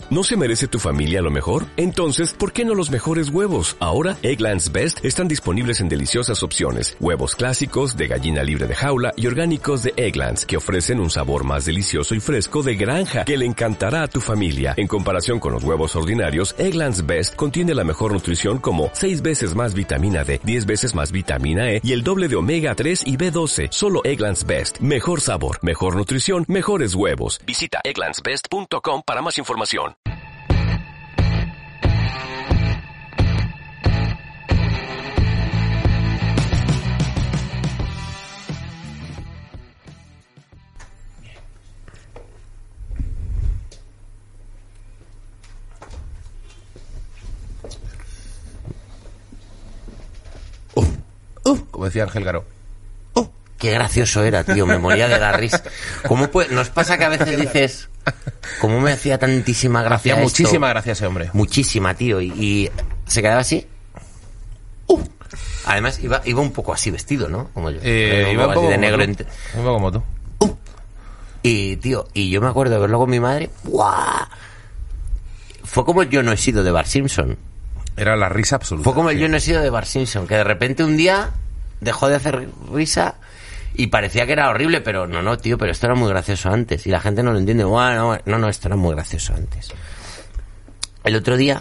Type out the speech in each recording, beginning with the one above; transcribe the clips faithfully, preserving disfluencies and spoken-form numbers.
¿No se merece tu familia lo mejor? Entonces, ¿por qué no los mejores huevos? Ahora, Eggland's Best están disponibles en deliciosas opciones. Huevos clásicos, de gallina libre de jaula y orgánicos de Eggland's, que ofrecen un sabor más delicioso y fresco de granja que le encantará a tu familia. En comparación con los huevos ordinarios, Eggland's Best contiene la mejor nutrición como seis veces más vitamina D, diez veces más vitamina E y el doble de omega tres y B doce. Solo Eggland's Best. Mejor sabor, mejor nutrición, mejores huevos. Visita egglands best punto com para más información. Uh, como decía Ángel Garó. Uh, qué gracioso era, tío. Me moría de la risa. ¿Cómo puede? Nos pasa que a veces dices, ¿cómo me hacía tantísima gracia? Hacía esto? Muchísima gracia ese hombre. Muchísima, tío. Y, y se quedaba así. Uh. Además, iba, iba un poco así vestido, ¿no? Como yo. Eh, un iba poco un poco así de negro. como tú. Un poco como tú. Uh. Y, tío, y yo me acuerdo de verlo con mi madre. ¡Buah! Fue como el Yo no he sido de Bart Simpson. Era la risa absoluta. Fue como el sí. Yo no he sido de Bart Simpson, que de repente un día dejó de hacer risa y parecía que era horrible, pero no, no, tío, pero esto era muy gracioso antes. Y la gente no lo entiende. Bueno, no, no, esto era muy gracioso antes. El otro día,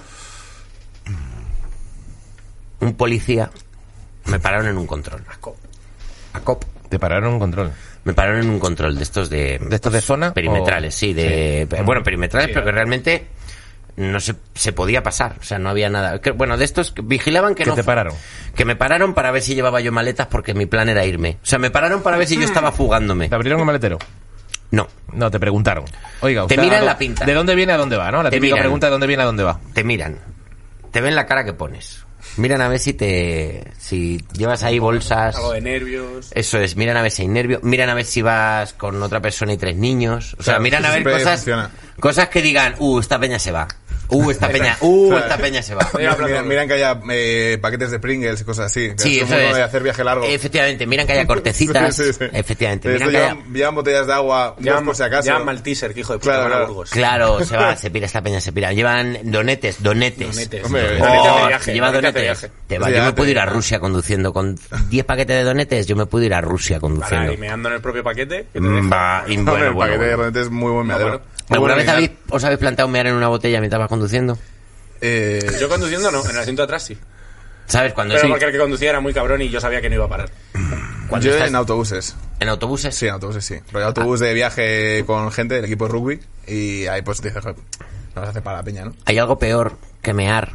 un policía me pararon en un control. A cop. A cop. Te pararon en un control. Me pararon en un control de estos de... ¿De estos de zona? Perimetrales, o... sí, de... Sí. Bueno, perimetrales, Sí, pero que realmente no se, se podía pasar, o sea, no había nada. Que, bueno, de estos que vigilaban que ¿Que no... te pararon? Que me pararon para ver si llevaba yo maletas porque mi plan era irme. O sea, me pararon para ver si yo estaba fugándome. ¿Te abrieron el maletero? No. No, te preguntaron. Oiga, usted... Te miran a, la pinta. ¿De dónde viene a dónde va, no? La Te típica miran. pregunta de dónde viene a dónde va. Te miran. Te ven la cara que pones. Miran a ver si te... Si llevas ahí bolsas... Algo de nervios. Eso es, miran a ver si hay nervios. Miran a ver si vas con otra persona y tres niños. O sea, Claro, miran a ver siempre cosas... funciona. Cosas que digan, uh, esta peña se va. Uh, esta peña... Uh, O sea, esta peña se va. Miran, miran, miran que haya eh, paquetes de Pringles y cosas así. Sí, es eso como es. de hacer viaje largo. Efectivamente, miran que haya cortecitas. Sí, sí, sí. Efectivamente, De miran esto que haya... llevan, llevan botellas de agua, dos por si acaso. Llevan Malteser, que hijo de puta, Claro, van a claro. Burgos. Claro, se va, se pira esta peña, se pira. Llevan donetes, donetes. Donetes. Hombre, Donete Oh, hace viaje, se lleva donete hace donetes. viaje. Te va, Sí, yo me ya puedo te ir a digo. Rusia conduciendo. Con diez paquetes de donetes, yo me puedo ir a Rusia Para, conduciendo. y meando en el propio paquete. que te Mm, deja. va, y Hombre, bueno, el bueno, paquete de bueno. Ronete es muy buen meadero. bueno. Muy ¿Alguna buen vez meadero. habéis, os habéis planteado mear en una botella mientras vas conduciendo? Eh, Yo conduciendo no, en el asiento de atrás sí. ¿Sabes? Cuando Pero sí, porque el que conducía era muy cabrón y yo sabía que no iba a parar. cuando yo estás en autobuses. en autobuses. Sí, en autobuses sí. Rollo autobús de viaje con gente del equipo de rugby y ahí pues dices, joder, no vas a hacer para la peña, ¿no? Hay algo peor que mear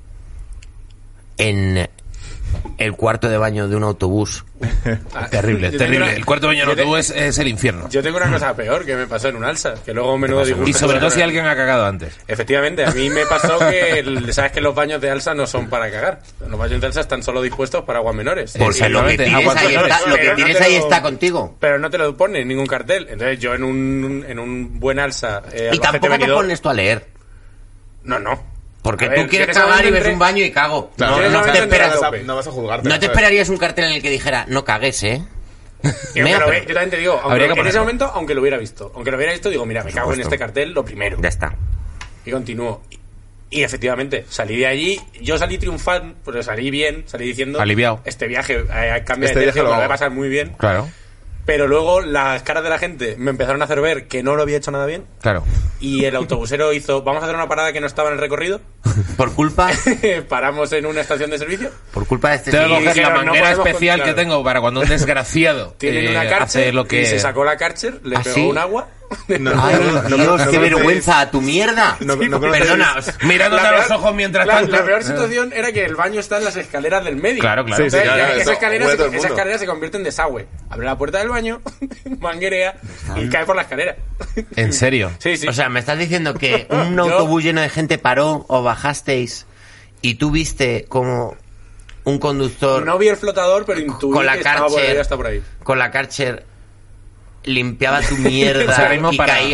en el cuarto de baño de un autobús. Terrible, Yo tengo terrible. una- El cuarto baño yo en te- autobús es, es el infierno. Yo tengo una cosa peor que me pasó en un alza, que luego menudo disgusto. Y sobre todo si alguien ha cagado antes. Efectivamente, a mí me pasó que, el- sabes que los baños de alza no son para cagar. Los baños de alza están solo dispuestos para aguas menores. Porque lo que Exactamente. tienes Aguas ahí menores. está, lo que Pero no tienes te ahí lo- está contigo. Pero no te lo pone en ningún cartel. Entonces yo en un, en un buen alza... Eh, Y Albacete tampoco te Benidorm- pones tú a leer. No, no. Porque A ver, tú quieres si en ese cagar y momento ves entré- un baño y cago. Claro, no, en ese no momento te entré esperas, a vas a- tope. no vas a juzgarte. no te ¿sabes? esperarías un cartel en el que dijera, no cagues, ¿eh? Y aunque Mea, lo pero- ve- yo también te digo, aunque Habría que en ese ponerlo. momento, aunque lo hubiera visto, aunque lo hubiera visto, digo, mira, me cago en supuesto. este cartel lo primero. Ya está. Y continúo. Y, y efectivamente, salí de allí, yo salí triunfante, pero salí bien, salí diciendo... Aliviado. Este viaje, eh, cambia Este de viaje tercio, lo lo voy a hago. pasar muy bien. Claro, Pero luego las caras de la gente me empezaron a hacer ver que no lo había hecho nada bien. claro. Y el autobusero hizo, vamos a hacer una parada que no estaba en el recorrido. Por culpa, Paramos en una estación de servicio. por culpa de este Tengo que señor. coger la dijeron, no manguera podemos especial continuar. que tengo para cuando un desgraciado Tienen eh, una hace cárcel lo que... y se sacó la cárcel, le ¿Ah, pegó sí? un agua. No, Ay, no, no, Dios, no qué conocéis- vergüenza, a tu mierda. No, no conocéis- Perdona, Mirándote La a los peor- ojos mientras la, tanto. la peor situación era que el baño está en las escaleras del medio. Claro, claro. Sí, sí, Entonces, claro, ya- claro, esa, eso escalera huele se, todo el esa mundo. escalera se convierte en desagüe. Abre la puerta del baño, manguerea y cae por la escalera. ¿En serio? Sí, sí. O sea, me estás diciendo que un Yo- autobús lleno de gente paró o bajasteis y tú viste como un conductor no vi el flotador, pero intuí con la que estaba por ahí, Karcher, hasta por ahí. con la Karcher limpiaba tu mierda O sea, ahora mismo y para, caía.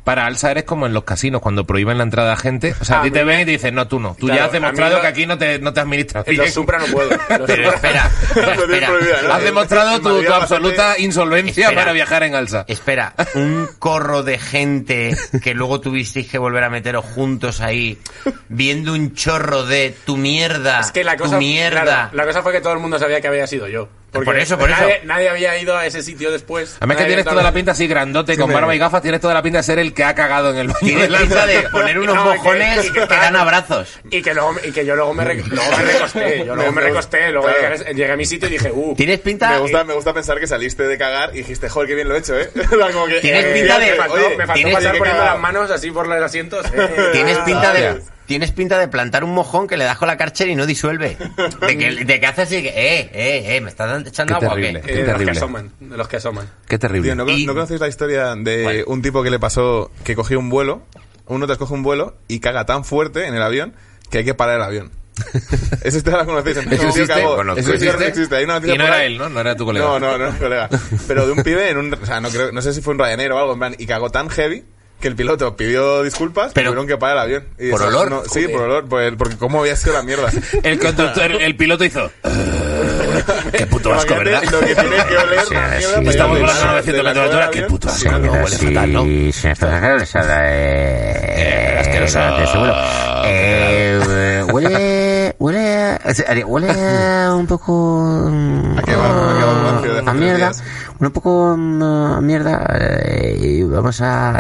para Alsa eres como en los casinos, cuando prohíben la entrada a gente. O sea, Ah, a ti te mira. ven y te dicen, no, tú no. Tú Claro, ya has a mí demostrado lo- que aquí no te, no te administras En bien. los Supra no puedo. En los Pero Supra- espera, Lo tienes espera. prohibido, ¿no? Has demostrado En tu, Madrid tu hay absoluta bastante- insolvencia Espera. para viajar en Alsa. Espera, un corro de gente que luego tuvisteis que volver a meteros juntos ahí, viendo un chorro de tu mierda, Es que la cosa, tu mierda. claro, la cosa fue que todo el mundo sabía que había sido yo. Porque Por eso, por nadie, eso. nadie había ido a ese sitio después. A mí es que Nadie tienes había toda la estado- pinta así grandote, con me- barba y gafas, tienes toda la pinta de ser el que ha cagado en el baño. Tienes de pinta de Alsa. poner unos No, y que- mojones y que, que- dan abrazos. Y que, luego, y que yo luego me, re- luego me recosté. Yo luego me recosté. Luego Claro. llegué, llegué a mi sitio y dije, uh. Tienes pinta... Me gusta, me gusta pensar que saliste de cagar y dijiste, joder, qué bien lo he hecho, ¿eh? Como que, Tienes eh, pinta de- Me faltó, oye, me faltó tienes- pasar que poniendo cagado. las manos así por los asientos. eh. Tienes Ah, pinta de... hostia. Tienes pinta de plantar un mojón que le das con la cárcel y no disuelve. De que, de que haces así que, eh, eh, eh, ¿me estás dando- echando Qué agua o terrible. qué? Qué Eh, de los que terrible. asoman. De los que asoman. Qué terrible. Tío, ¿no, Y- ¿no conocéis la historia de ¿Cuál? un tipo que le pasó que cogió un vuelo, uno te escoge un vuelo y caga tan fuerte en el avión que hay que parar el avión? Esa historia la conocéis. En ¿Eso un tío existe? cagó- Conozco. Eso ¿Eso existe? existe? Hay una noticia Y no por era ahí- él, ¿no? No era tu colega. No, no, no, colega. Pero de un pibe en un... O sea, no, creo, no sé si fue un Ryanair o algo, en plan, y cagó tan heavy que el piloto pidió disculpas, Pero- pero tuvieron que parar el avión. Y ¿Por eso, olor? no- sí, por olor, por el- porque cómo había sido la mierda. El conductor, el piloto hizo... Qué puto asco, ¿verdad? Imagínate lo que tiene que oler Sí, la sí, mierda para estamos ir volando a de novecientos la metros de cola altura. del Qué avión. puto Sí, asco, no, no, huele fatal, ¿no? Y si esto es Eh, asqueroso. Eh, eh, huele, huele, huele un poco ¿A qué va? ¿A qué va el rancio de hace a tres mierda, días? un poco mm, a mierda eh, y vamos a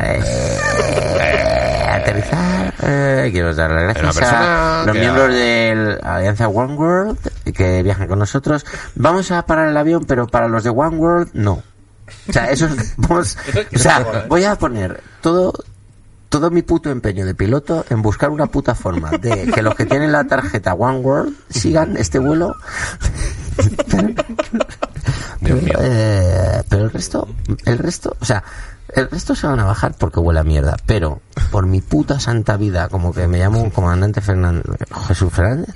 eh, aterrizar. Eh, quiero dar las Una gracias persona a los que miembros ha- de la Alianza One World que viajan con nosotros. Vamos a parar el avión, pero para los de One World no. O sea, eso es, vamos, o sea, voy a poner todo todo mi puto empeño de piloto en buscar una puta forma de que los que tienen la tarjeta One World sigan este vuelo. Dios mío. Eh, pero el resto, el resto, o sea, el resto se van a bajar porque huele a mierda. Pero por mi puta santa vida, como que me llamo comandante Fernández, Jesús Fernández,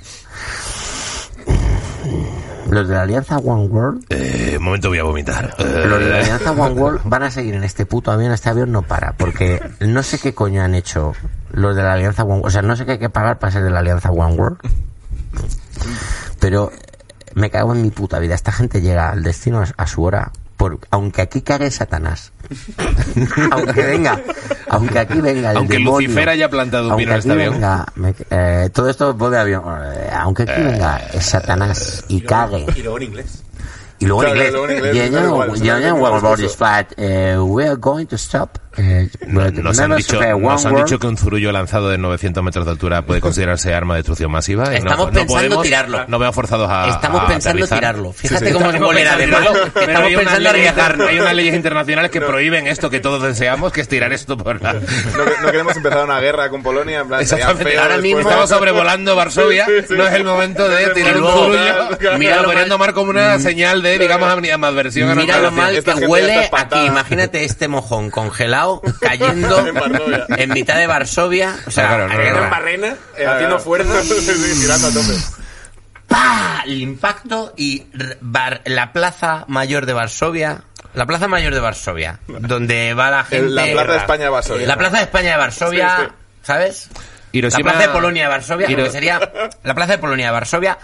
los de la Alianza One World, Eh, un momento voy a vomitar. Eh, los de la Alianza One World van a seguir en este puto avión. Este avión no para porque no sé qué coño han hecho los de la Alianza One World. O sea, no sé qué hay que pagar para ser de la Alianza One World. Pero me cago en mi puta vida. Esta gente llega al destino a, a su hora. Por, aunque aquí cague Satanás. aunque venga. Aunque aquí venga el Aunque demonio. Lucifer haya plantado un aunque pino en este aquí avión. venga, me- eh, todo esto voz de avión. Eh, aunque aquí venga Satanás y cague. Y luego en inglés. Y luego en Claro, inglés. luego en inglés, Yeah, da yeah, igual, yeah, es yeah, un well, discurso. about this flight, uh, we are going to stop. Uh, No- but Nos han, members dicho, of the nos One han World- dicho que un zurullo lanzado de novecientos metros de altura puede considerarse arma de destrucción masiva. y no- Estamos no pensando podemos- tirarlo. No veo forzados a. Estamos a pensando aterrizar. tirarlo. Fíjate sí. cómo es Estamos bolera de pensando malo. tirarlo, pero Estamos hay unas pensando leyes- arriesgarnos. Hay unas leyes internacionales que prohíben esto que todos deseamos, que es tirar esto por la. No, que- no queremos empezar una guerra con Polonia, en plan, sería Exactamente. feo Ahora después. mismo Estamos sobrevolando Varsovia. Sí, sí, sí. No es el momento de tirar Y un luego, zurullo. claro, mira Mira, lo poniendo mal- mar como una señal de, digamos, animadversión a Mira nuestra lo nación. mal Esta que gente ya huele está espantada. aquí. Imagínate este mojón congelado cayendo En Varsovia. en mitad de Varsovia. O sea, Claro, no, no, Queda no. en barrena, eh, haciendo fuerza. Sí, sí, tirando a tope. ¡pah! El impacto y r- Bar- la plaza mayor de Varsovia. La plaza mayor de Varsovia, donde va la gente. El- la Plaza de España de Varsovia. La plaza de España de Varsovia, Sí, sí. ¿sabes? Hiroshima- La plaza de Polonia de Varsovia, Hiro- lo que sería la plaza de Polonia de Varsovia,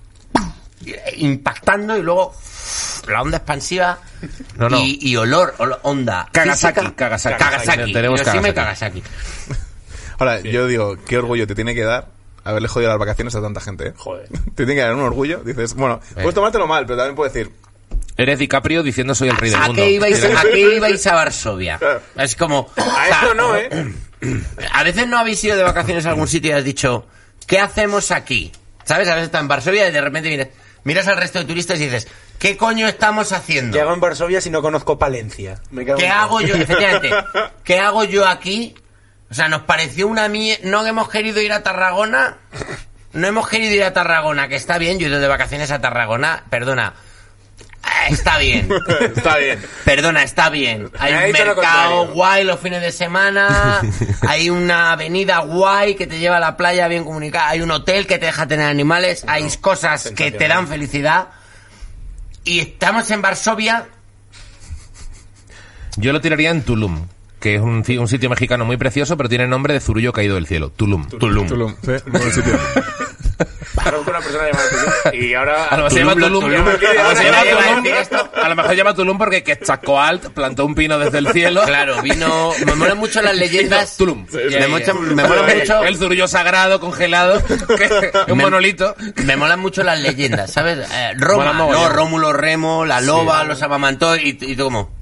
impactando y luego la onda expansiva No, no. Y, y olor, olor, onda. Kagasaki, física. Kagasaki. Kagasaki. Tenemos Hiroshima y Kagasaki. Kagasaki. Ahora, yo digo, qué orgullo te tiene que dar haberle jodido las vacaciones a tanta gente, ¿eh? Joder. Te tiene que dar un orgullo. Dices, bueno, puedes tomártelo mal, pero también puedes decir, Eres DiCaprio diciendo soy el rey del ¿A mundo. qué, ibais, Tienes- ¿A qué ibais a Varsovia? Claro. Es como... A o sea, esto no, ¿eh? A veces no habéis ido de vacaciones a algún sitio y has dicho, ¿qué hacemos aquí? ¿Sabes? A veces estás en Varsovia y de repente miras, miras al resto de turistas y dices, ¿qué coño estamos haciendo? ¿Qué hago en Varsovia si no conozco Palencia? Me cago ¿Qué en hago todo. yo? Efectivamente, ¿qué hago yo aquí? O sea, nos pareció una mierda. No hemos querido ir a Tarragona. No hemos querido ir a Tarragona, que está bien. Yo he ido de vacaciones a Tarragona. Perdona. Ah, Está bien. está bien. Perdona, está bien. Hay Me ha un dicho lo mercado contrario. guay los fines de semana. Hay una avenida guay que te lleva a la playa bien comunicada. Hay un hotel que te deja tener animales. Hay cosas que te dan felicidad. Y estamos en Varsovia. Yo lo tiraría en Tulum, que es un, un sitio mexicano muy precioso, pero tiene nombre de zurullo caído del cielo. Tulum. Tulum. Tulum, sí, buen sitio. Conozco una persona llamada Tulum y ahora... A lo mejor se llama Tulum. Tulum. A lo mejor se llama Ahora iba a Tulum. decir esto. A lo mejor se llama Tulum porque Quetzalcóatl plantó un pino desde el cielo. Claro, vino... Me molan mucho las leyendas... Tulum. Me, mocha- me molan mucho... El zurullo sagrado congelado, que es un Me- monolito. Me molan mucho las leyendas, ¿sabes? Eh, Roma, Molan mogollón. no, Rómulo Remo, la loba, los amamantó y, y tú como...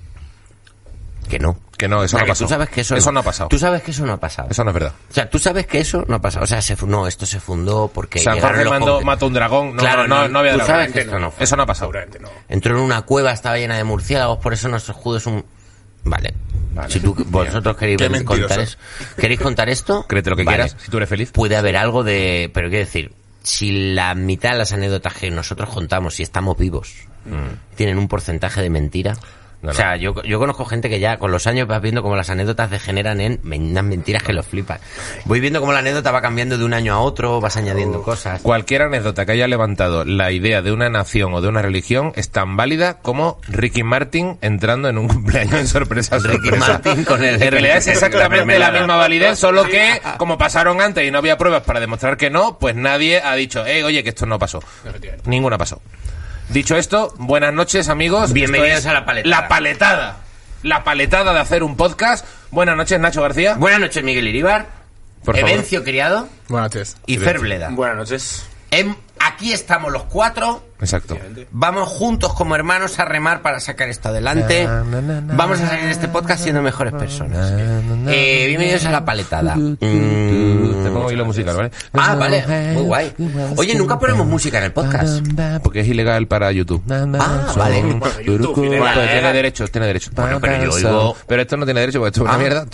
Que no. Que no, eso no ha Porque pasado. Tú sabes que eso, Eso no ha pasado. Tú sabes que eso no ha pasado. Eso no es verdad. O sea, tú sabes que eso no ha pasado. O sea, se, fu- no, esto se fundó porque... San llegaron Jorge los mandó, conque- mató un dragón. No, Claro, no, no, no, no había tú dragón. sabes que esto no fue. Eso no ha pasado. Seguramente no. Entró en una cueva, estaba llena de murciélagos, por eso nuestro escudo es un... Vale. Si tú, vosotros queréis Qué ver- contar mentiroso. eso, ¿queréis contar esto? Créete lo que Vale. quieras, si tú eres feliz. Puede haber algo de... Pero quiero decir, si la mitad de las anécdotas que nosotros contamos, si estamos vivos, tienen un porcentaje de mentira... No, no. O sea, yo, yo conozco gente que ya con los años vas viendo cómo las anécdotas degeneran en men- unas mentiras que los flipas. Voy viendo cómo la anécdota va cambiando de un año a otro, vas añadiendo cosas. Cualquier anécdota que haya levantado la idea de una nación o de una religión es tan válida como Ricky Martin entrando en un cumpleaños en sorpresa. Ricky sorpresa. Martin con el- En realidad es exactamente la mermelada. misma validez, solo que como pasaron antes y no había pruebas para demostrar que no, pues nadie ha dicho, eh, oye, que esto no pasó. Efectivamente. Ninguna pasó. Dicho esto, buenas noches, amigos. Bienvenidos Esto es a La Paletada. La paletada. La paletada de hacer un podcast. Buenas noches, Nacho García. Buenas noches, Miguel Iribar. Por favor. Evencio Criado Buenas noches. y Fer Bleda. Buenas noches. Em, aquí estamos los cuatro. Exacto. Vamos juntos como hermanos a remar para sacar esto adelante. Vamos a salir de este podcast siendo mejores personas. Eh, bienvenidos a La Paletada. Mm. Te pongo hilo musical, ¿vale? Ah, vale. Muy guay. Oye, nunca ponemos música en el podcast. Porque es ilegal para YouTube. Ah, vale. Bueno, YouTube, Pero ilegal. tiene derechos, tiene derechos. Bueno, pero yo oigo- Pero esto no tiene derecho porque esto es una Ah. mierda.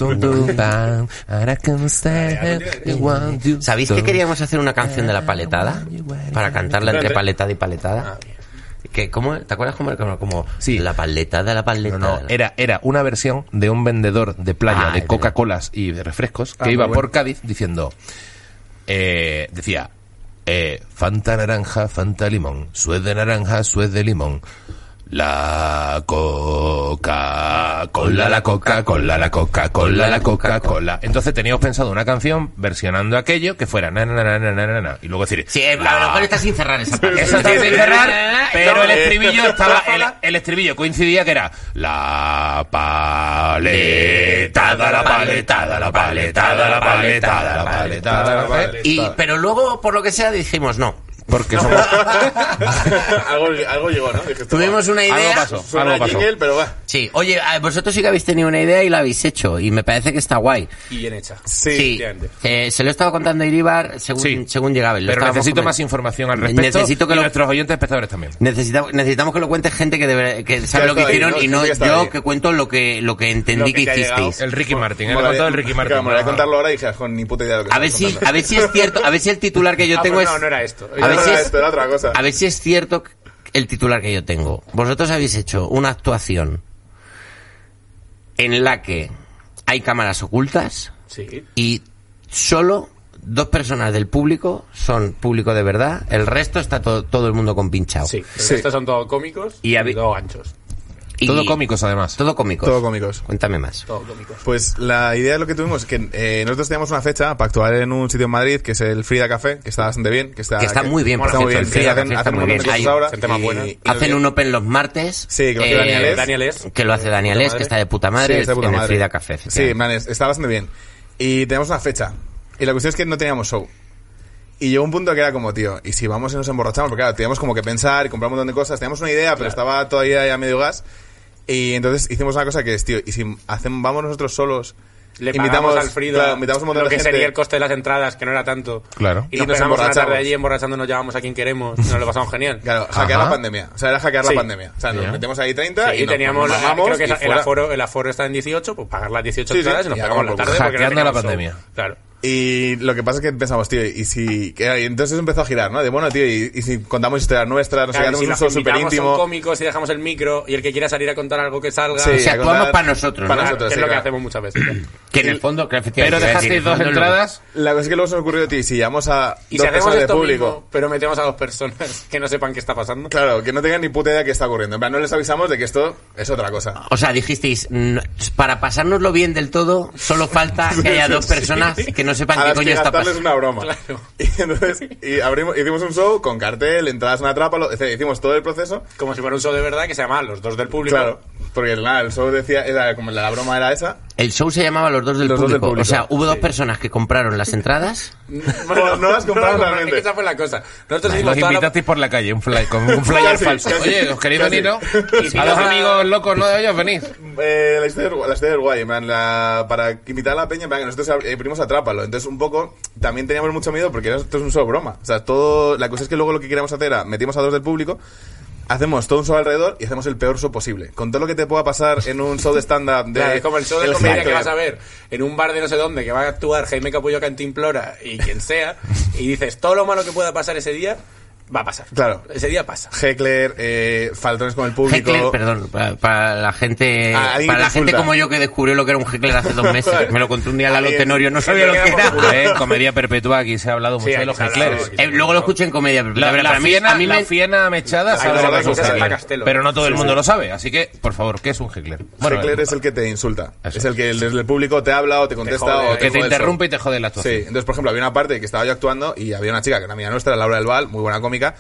¿Sabéis que queríamos hacer una canción de La Paletada? Para cantarla entre paletada y paletada. Que, ¿cómo? ¿Te acuerdas cómo era? Como, como Sí. la paletada, la No, paletada. no, era, era una versión de un vendedor de playa Ah, de es Coca-Colas y de refrescos que Ah, iba muy bueno. por Cádiz diciendo, eh, decía, eh, Fanta naranja, Fanta limón, suez de naranja, suez de limón. La Coca-Cola, la Coca-Cola, la Coca-Cola, la Coca-Cola. Entonces teníamos pensado una canción versionando aquello que fuera na na na na na na na y luego decir Sí, a lo mejor está sin cerrar esa parte. eso está sin cerrar, pero el Eh, estribillo estaba el, el estribillo coincidía que era la paletada, la paletada, la paletada, la paletada, la paletada, la paletada. Y, pero luego, por lo que sea, dijimos no. Porque somos algo, algo llegó, ¿no? Dijiste, Tuvimos una algo idea. pasó, suena algo pasó. jingle, pero va. Sí, oye, a- vosotros sí que habéis tenido una idea y la habéis hecho. Y me parece que está guay. Y bien hecha. Sí. Sí, efectivamente. eh, se lo estaba contando a Iribar según, Sí. según llegaba. y lo Pero estábamos necesito comentando. más información al respecto Necesito que y lo- nuestros oyentes espectadores también. Necesitamos, necesitamos que lo cuente gente que, debe, que sabe Ya lo que está ahí, hicieron ¿no? y Sí, no ya está yo ahí. que cuento lo que, lo que entendí Lo que que te ha llegado. hicisteis. El Ricky Martin, él ha Molaría- contado el Ricky Martin. Claro, molaría contarlo ahora y dije, "Joder, ni puta idea de lo que A ver estás si, contando". a ver si es cierto, a ver si el titular que yo Ah, tengo pues es... no, no era esto. A ver No si era es- esto, era otra cosa. A ver si es cierto el titular que yo tengo. Vosotros habéis hecho una actuación en la que hay cámaras ocultas Sí. y solo dos personas del público son público de verdad, el resto está to- todo el mundo compinchado. Sí. Sí. Estos son todos cómicos Y y, habi- todos ganchos. Y- Todo cómicos además. Todo cómicos. Todo cómicos. Cuéntame más. Todos cómicos. Pues la idea de lo que tuvimos es que eh, nosotros teníamos una fecha para actuar en un sitio en Madrid que es el Frida Café, que está bastante bien. Que está, Que está muy bien, por está muy cierto, bien. el Frida que hacen, Café está hacen muy un montón bien. de cosas Hay ahora. gente más y- buena. y- Hacen un Open los martes. Sí, que lo hace eh, Daniel Es. Daniel Es. Que lo hace Daniel Puta Es, que madre. está de puta madre, Sí, está de puta en el madre. Frida Café. Sí, en efectivamente. plan, es- está bastante bien. Y tenemos una fecha. Y la cuestión es que no teníamos show. Y llegó un punto que era como, tío, ¿y si vamos y nos emborrachamos? Porque claro, teníamos como que pensar y comprar un montón de cosas. Teníamos una idea, pero estaba todavía ya medio gas. Y entonces hicimos una cosa que es, tío, ¿y si hacemos, vamos nosotros solos? Le invitamos pagamos al Frida claro, invitamos un montón lo de que gente. sería el coste de las entradas, que no era tanto. Claro. Y, Y nos, nos pasamos una tarde emborrachamos. allí emborrachándonos, llevamos a quien queremos, y nos lo pasamos genial. Claro, hackear Ajá. la pandemia. O sea, era hackear Sí. la pandemia. O sea, nos Ya. metemos ahí treinta Sí, y y nos teníamos, la- vamos creo que y el fuera. aforo, el aforo está en diecisécho, pues pagar las dieciocho Sí, sí, entradas y nos y pegamos la hagamos tarde porque no hackeando la teníamos show. pandemia. Claro. Y lo que pasa es que pensamos, tío, y si... que- y entonces eso empezó a girar, ¿no? De bueno, tío, y, y si contamos historias nuestras, no sé, Claro, hacemos si un los show que súper invitamos son íntimo. cómicos y dejamos el micro y el que quiera salir a contar algo que salga. Sí, O sea, a actuamos contar- para nosotros, para ¿no? nosotros, que es sí, lo que claro. hacemos muchas veces. Que en el fondo, que efectivamente, Pero iba a dejasteis decir, dos en el fondo lo- entradas. La cosa es que luego se me ocurrió, tío, y si llamamos a Y dos si hacemos personas de esto público... mismo, pero metemos a dos personas que no sepan qué está pasando. Claro, que no tengan ni puta idea de qué está ocurriendo. En plan, no les avisamos de que esto es otra cosa. O sea, dijisteis, "No, para pasárnoslo bien del todo, solo falta que haya dos personas que no sepan A qué las coño que está gastarles pasando. una broma. Claro. Y entonces y abrimos, hicimos un show con cartel, entradas en Atrápalo, es decir, hicimos todo el proceso. Como si fuera un show de verdad que se llama Los Dos del Público. Claro, porque nada, el show decía, era como la broma era esa. El show se llamaba Los Dos del, Los Dos del público. Público. O sea, hubo dos Sí. personas que compraron las entradas. Bueno, no las compramos no, realmente. es que esa fue la cosa. Nosotros Los hicimos toda la- invitasteis por la calle, un fly, con un flyer Casi, falso. casi. Oye, ¿os queréis Casi. venir, no? Y si A no dos la- amigos locos, ¿no? De ellos venís. Eh, la historia, es- la historia es guay, en plan, la- para invitar a la peña, en plan, que nosotros eh, primos Atrápalo. Entonces, un poco, también teníamos mucho miedo porque esto es un show broma. O sea, todo, la cosa es que luego lo que queríamos hacer era, metimos a dos del público, hacemos todo un show alrededor y hacemos el peor show posible. Con todo lo que te pueda pasar en un show de stand-up de... Claro, es como el show de el comedia heckler. que vas a ver en un bar de no sé dónde, que va a actuar Jaime Capullo Cantimplora y quien sea, y dices, todo lo malo que pueda pasar ese día, va a pasar. Claro. Ese día pasa. Heckler, eh, faltones con el público... Heckler, perdón, para, para la gente, Ah, alguien para que la gente insulta. como yo que descubrió lo que era un heckler hace dos meses. Me lo contó un día Lalo Alguien- Tenorio, no que sabía te lo que queda por era. Eh, en Comedia Perpetua aquí se ha hablado mucho Sí, de aquí los se ha hablado, hecklers. aquí. Eh, luego lo escuché en comedia, pero La, la, para mí, fiena, a mí la me, fiena mechada Ay, sabe la lo que verdad es un que sí, heckler. Castelo. Pero no todo el Sí, mundo sí. lo sabe, así que, por favor, ¿qué es un heckler? Heckler eh, es el que te insulta. Eso. Es el que desde el público te habla o te contesta jode, o que te jode el interrumpe show. y te jode la Sí, actuación. entonces, por ejemplo, había una parte que estaba yo actuando y había una chica que era amiga nuestra, Laura del Val, muy buena cómica,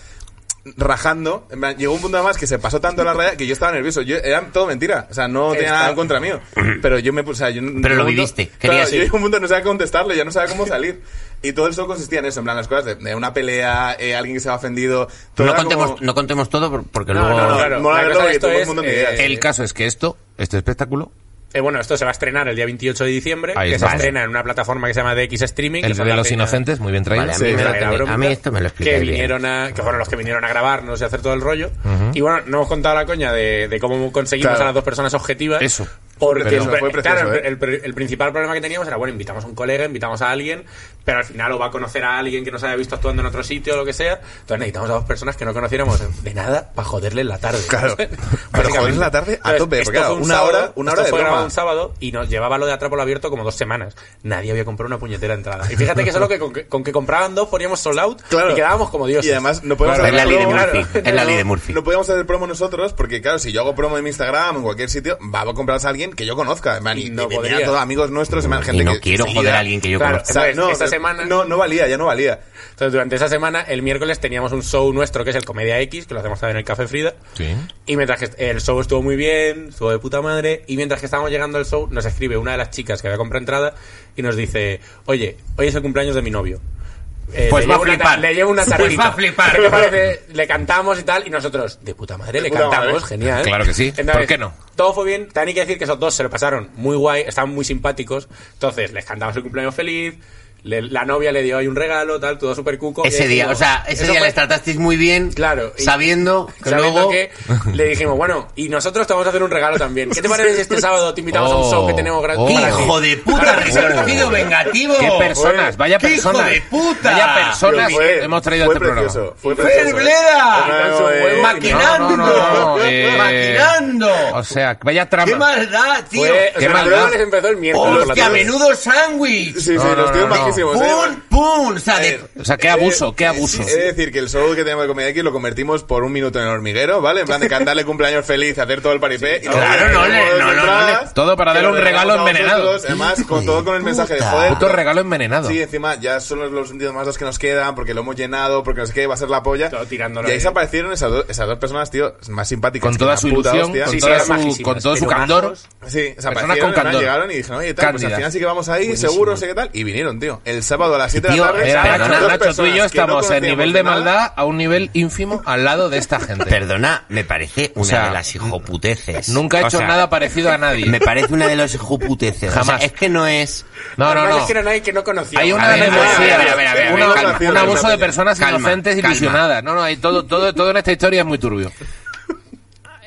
rajando. En plan, llegó un punto además que se pasó tanto la raya que yo estaba nervioso. Yo, era todo mentira. O sea, no tenía Está- nada en contra mío. Pero yo me puse. O sea, yo, Pero lo llegó un punto- viviste, Claro, querías yo ir. llegué a un punto que no sabía contestarle, ya no sabía cómo salir. Y todo el show consistía en eso, en plan, las cosas de, de una pelea, eh, alguien que se va ofendido. Todo no era contemos, como- no contemos todo por- porque No, luego... no, no, claro. mola La verlo cosa de porque esto todo el es, mundo me eh, diga. El caso es que esto, este espectáculo, Eh, bueno, esto se va a estrenar el día veintiocho de diciembre, Ahí que está. se estrena en una plataforma que se llama D X Streaming. el que son de la los peña- inocentes, muy bien traído. Vale, a Sí, mí, me lo la tenéis- bromita, a mí esto me lo que explicáis bien. vinieron a que fueron los que vinieron a grabarnos y hacer todo el rollo. Y bueno, no hemos contado la coña de, de cómo conseguimos Claro. a las dos personas objetivas. Eso. Porque Precioso, el- fue precioso, claro, ¿eh? el, el- el principal problema que teníamos era, bueno, invitamos a un colega, invitamos a alguien, pero al final o va a conocer a alguien que nos haya visto actuando en otro sitio o lo que sea. Entonces necesitamos a dos personas que no conociéramos de nada para joderles la tarde. Claro. Pero joderles la tarde a Entonces, tope, esto porque claro, fue un una sábado, hora- una hora esto de fue grabado broma. un sábado y nos llevaba lo de Atrápalo abierto como dos semanas. Nadie había comprado una puñetera entrada. Y fíjate que solo que con, que con que compraban dos poníamos sold out Claro. y quedábamos como dioses. Y además no podemos Claro, hacer es la ley de promo, Murphy, claro. es la ley de No- Murphy. No podíamos hacer promo nosotros porque, claro, si yo hago promo en mi Instagram o en cualquier sitio, va a comprarse a alguien que yo conozca. En plan, y, Y no y venían podría. todos amigos nuestros, en plan, gente Y no que quiero seguida- joder a alguien que yo Claro, conozco. O sea, Entonces, no, esta pero- semana- no, no valía, ya no valía. Entonces, durante esa semana, el miércoles teníamos un show nuestro que es el Comedia X, que lo hacemos también en el Café Frida. Sí. Y mientras que el show estuvo muy bien, estuvo de puta madre, y mientras que estábamos llegando al show, nos escribe una de las chicas que había comprado entrada y nos dice, oye, hoy es el cumpleaños de mi novio. Eh, Pues le va llevo a una flipar. ta- le llevo una Pues tarjeta. va a flipar. ¿Qué te parece? Le cantamos y tal, y nosotros, de puta madre, le puta cantamos, madre. genial. Claro que sí. ¿Por qué no? Todo fue bien. También hay que decir que esos dos se lo pasaron muy guay, estaban muy simpáticos. Entonces, les cantamos el cumpleaños feliz. Le- la novia le dio ahí un regalo, tal, todo súper cuco. Ese Y día, dijimos, o sea, ese eso día fue- les tratasteis muy bien, Claro, y- sabiendo que sabiendo luego... que le dijimos, bueno, y nosotros te vamos a hacer un regalo también. ¿Qué te parece si este sábado te invitamos a un Oh, show que tenemos gratis? oh. para ti? ¡Hijo de puta! Para ¡Resorcido vengativo! ¡Qué personas! ¡Vaya ¡Qué hijo personas! de puta! ¡Vaya personas Fue- hemos traído a fue este programa! precioso, Fue ¡Fer precioso. Bleda! No, eh, ¡Maquinando! no, no, no, eh, ¡Maquinando! O sea, vaya trama. ¡Qué maldad, tío! Fue, o Qué sea, maldad. la prueba les empezó el miércoles por la ¡Hostia, tarde. menudo sándwich! Sí, sí, No, no, los tíos no, no. majísimos. ¿eh? ¡Pum, pum! O sea, de... Eh, O sea, qué abuso, qué abuso. Es decir, que el show que tenemos de Comedia X lo convertimos por un minuto en el hormiguero, ¿vale? En plan de cantarle cumpleaños feliz, hacer todo el paripé. y luego claro, le no le- ponemos no, no, no entradas, le- todo para que darle lo un regalo regalamos a envenenado. vosotros, Además, con todo con el mensaje de puta. joder. Puto regalo envenenado. Sí, encima ya son los, los últimos más dos que nos quedan porque lo hemos llenado, porque no sé qué, va a ser la polla. Todo tirándolo Y ahí ahí. se aparecieron esas, do- esas dos personas, tío, más simpáticas. Con que toda la su puta ilusión, hostia. con, Sí, toda sí, su, majísimas, con todo su pero candor. majos. Sí, se Personas aparecieron, con en plan, candor. llegaron y dijeron, oye, tal, pues al Cándidas. final sí que vamos ahí, seguro, sé qué tal. Y vinieron, tío. El sábado a las siete de Tío, la tarde. eh, Mira, estaban perdona, dos Nacho, tú y yo personas que no estamos en conocíamos nivel de nada. maldad a un nivel ínfimo al lado de esta gente. Perdona, me parece una sea, de las hijoputeces. Nunca he O hecho sea, nada parecido a nadie. Me parece una de las hijoputeces. Jamás. O sea, es que no es... No, no, Además, no. es que era nadie que no conocía. Hay A una ver, a ver, democracia, a ver, a ver, a ver, a ver, una- calma, un calma, abuso calma. de personas Calma, inocentes calma. ilusionadas. No, no, hay todo, todo, todo en esta historia es muy turbio.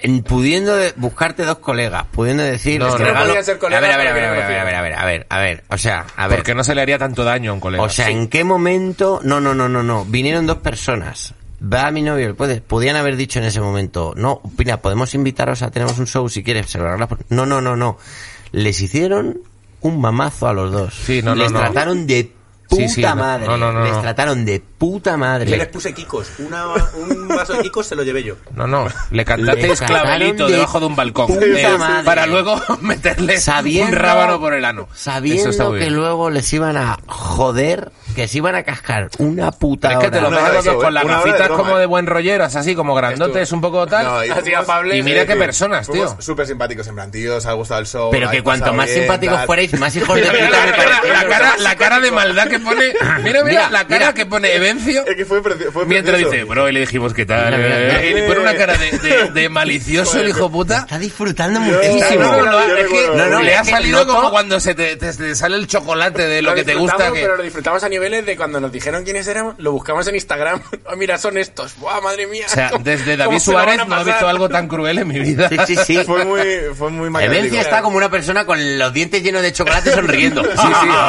en- pudiendo de- buscarte dos colegas, pudiendo decir... No, es que no, regalo- podían ser colegas, a ver, a ver, a ver, pero a ver, a que no ver, a ver, a ver, a ver, a ver, o sea, a ver. Porque no se le haría tanto daño a un colega. O sea, ¿en qué momento? No, no, no, no, no. Vinieron dos personas. Va mi novio, puede, podían haber dicho en ese momento, no, mira, podemos invitaros a, tenemos un show si quieres, se lo arreglas por-". No, no, no, no. Les hicieron un mamazo a los dos. Sí, no, no, Les no. trataron de puta Sí, sí, no, madre. no, no, no, Les no. trataron de puta Yo les madre. puse Kikos. Una, un vaso de Kikos se lo llevé yo. No, no, le cantasteis Le sacaron clavelito de debajo de un balcón. puta eh, madre. para luego meterle Sabiendo, un rábano por el ano. Eso está sabiendo muy que bien. luego les iban a joder, que se iban a cascar una puta Pero es que te hora. lo Una pegas hora de con show, las ¿eh? Una hora de gafitas broma, como ¿eh? de buen rolleras, así como grandotes, un poco tal. No, y Así fuimos- afables. y mira eh, qué que personas, tío. fuimos súper simpáticos, en plan, tío, os ha gustado el show. Pero lo que habéis cuanto pasado más bien, simpáticos tal. fuerais, más hijos de Mira, puta mira, me la, cara, parecían. la cara, la cara de maldad que pone. Mira, mira, Mira, la cara mira. que pone Evencio. Es que fue, preci- fue Mientras precioso. dice, bro, y le dijimos qué tal. Mira, mira, eh, mira. y pone una cara de, de, de malicioso el hijo puta. Está disfrutando Yo- muchísimo. No, no, no, Yo es que recuerdo- No, no, le es ha que salido noto- como cuando se te, te- te sale el chocolate de lo que te gusta. disfrutamos, Que... Pero lo disfrutamos a niveles de cuando nos dijeron quiénes éramos, lo buscamos en Instagram. Oh, mira, son estos. ¡Buah, madre mía! O sea, ¿Cómo- desde cómo David se lo van Suárez a no he pasar? visto algo tan cruel en mi vida. Sí, sí, sí. Fue muy, fue muy magnífico. Evencia está como una persona con los dientes llenos de chocolate sonriendo. Sí, sí.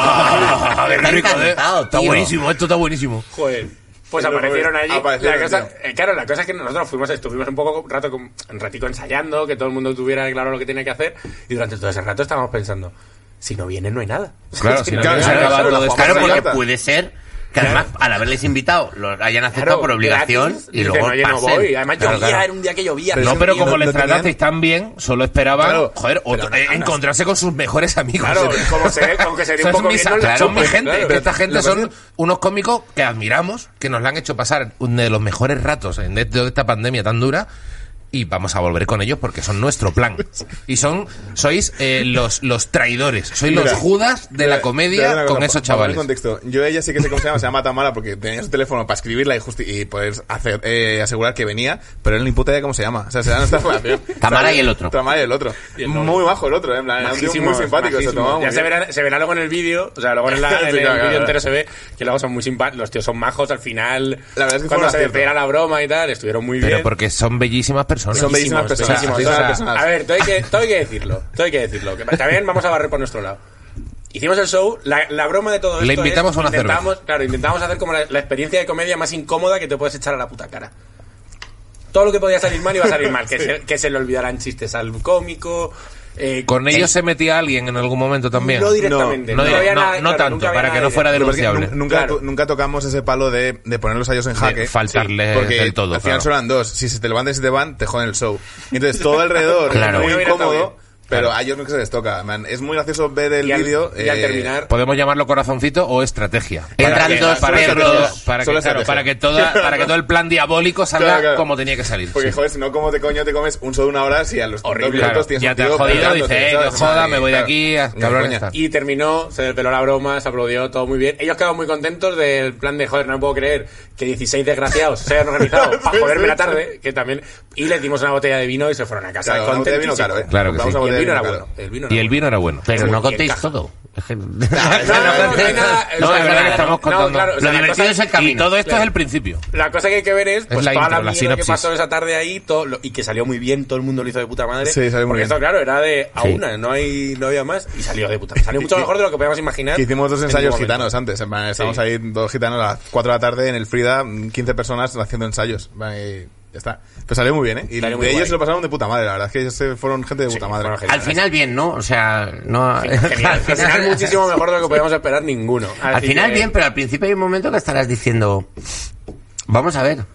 Ah, qué Está rico, ¿eh? encantado, Está tío. buenísimo, esto está buenísimo. Joder. Pues Pero, aparecieron allí. aparecieron, La cosa, tío. eh, claro, la cosa es que nosotros fuimos, estuvimos un poco rato, con- un ratico ensayando, que todo el mundo tuviera claro lo que tenía que hacer, y durante todo ese rato estábamos pensando, si no vienen no hay nada. Claro, si no Claro, se claro, acaba claro, todo la esto. Claro, Vamos a porque la puede ser que además, al haberles invitado, los hayan aceptado Claro, por obligación gratis, y dice, luego no, yo no pasen. voy. Además Claro, llovía, claro. era un día que llovía. Pero No, sí, pero y como lo- les lo tenían- tratasteis tan bien, solo esperaban, Claro, joder, pero otro- no eh, ganas. encontrarse con sus mejores amigos. Claro, como se, aunque sería un Son, poco mis, bien, no claro, lo- son mi pues, gente, claro. que esta gente lo son parece- unos cómicos que admiramos, que nos la han hecho pasar uno de los mejores ratos en de de esta pandemia tan dura. Y vamos a volver con ellos porque son nuestro plan. Y son, sois eh, los, los traidores, sois los Mira, Judas de Mira, la te comedia digo una con cosa, esos pa- para chavales. poner contexto, yo ella sí que sé cómo se llama, se llama Tamara porque tenía su teléfono para escribirla y, justi- y poder hacer, eh, asegurar que venía, pero él ni puta idea cómo se llama. O sea, se da nuestra relación. Tamara O sea, y el otro. Tamara y el otro. Y el novio. Muy bajo el otro, eh, en plan, era un tío muy Majísimos, simpático, se majísimos. tomaba muy Ya se bien. verá, se verá luego en el vídeo, o sea, luego en, la, en Sí, el claro, vídeo claro. entero se ve que luego son muy simpáticos, los tíos son majos al final. La verdad es que fue cuando un se acierto. despega la broma y tal, estuvieron muy Pero bien. porque son bellísimas personas. Son bellísimas Bellísimos, personas. bellísimos. bellísimas O sea, personas. A ver, todo hay que, todo hay que decirlo, todo hay que decirlo. Que también vamos a barrer por nuestro lado. Hicimos el show, la, la broma de todo esto Le invitamos es, a una intentamos, claro, intentamos hacer como la, la experiencia de comedia más incómoda que te puedes echar a la puta cara. Todo lo que podía salir mal iba a salir mal, que, se, que se le olvidaran chistes al cómico. Eh, Con ellos el- se metía alguien en algún momento también. No directamente. No, no, había no, nada- no claro, tanto, nunca había para que nada no de- fuera Pero porque denunciable. nu- nunca, Claro. to- nunca tocamos ese palo de, de ponerlos a ellos en jaque. faltarles porque del todo, al final claro. solo eran dos. Si se te levantan y se te van, te joden el show. Y entonces todo alrededor Claro. es muy Hubiera estado incómodo, bien. pero Claro. a ellos nunca se les toca. Man, es muy gracioso ver el y al, vídeo. y al eh, terminar... Podemos llamarlo corazoncito o estrategia. Entran Para que- dos para que perros. todo- para que, Solo claro, estrategia. para que toda, para que todo el plan diabólico salga Claro, claro. como tenía que salir. Porque, Sí. joder, si no, ¿cómo te coño te comes un show de una hora si a los Horrible. dos minutos Claro, tienes ya un te has tío jodido, peleándote, dice, eh, ¿sabes? que joda, me voy de Claro. aquí, a- Ni de cabrones, coña. está. Y terminó, se despeló la broma, se aplaudió, todo muy bien. Ellos quedaban muy contentos del plan de, joder, no me puedo creer que dieciséis desgraciados se hayan organizado para joderme la tarde, que también... Y les dimos una botella de vino y se fueron a casa. Claro, una botella de vino contentísimos. caro, ¿eh? Claro que Compramos sí. una Y el botella de vino era vino bueno. caro. El vino Y era el vino era bueno. Pero Sí, no y contéis encaja. todo. Es que- No, No, no, no, no hay nada- No, o sea, es verdad que no, estamos no, contando. claro, o Lo sea, la divertido cosa- es el camino. Y todo esto Claro. es el principio. La cosa que hay que ver es, pues, la toda intro, la la mierda que sinopsis. pasó esa tarde ahí, todo lo- y que salió muy bien, todo el mundo lo hizo de puta madre. Sí, salió muy porque bien. esto, claro, era de a Sí. una, no hay, no había más, y salió de puta madre. Salió mucho mejor de lo que podíamos imaginar. Que hicimos dos en ensayos ningún momento. gitanos antes. En plan, Estábamos Sí. ahí dos gitanos a las cuatro de la tarde en el Frida, quince personas haciendo ensayos. Y ya está. Pues salió muy bien, ¿eh? Y Salió muy de ellos guay. se lo pasaron de puta madre. La verdad es que ellos se fueron gente de Sí, puta madre. fueron geniales. Al final bien, ¿no? O sea, no... Genial. Al final muchísimo mejor de lo que podíamos esperar ninguno. Al Así final que, bien, pero al principio hay un momento que estarás diciendo... Vamos a ver.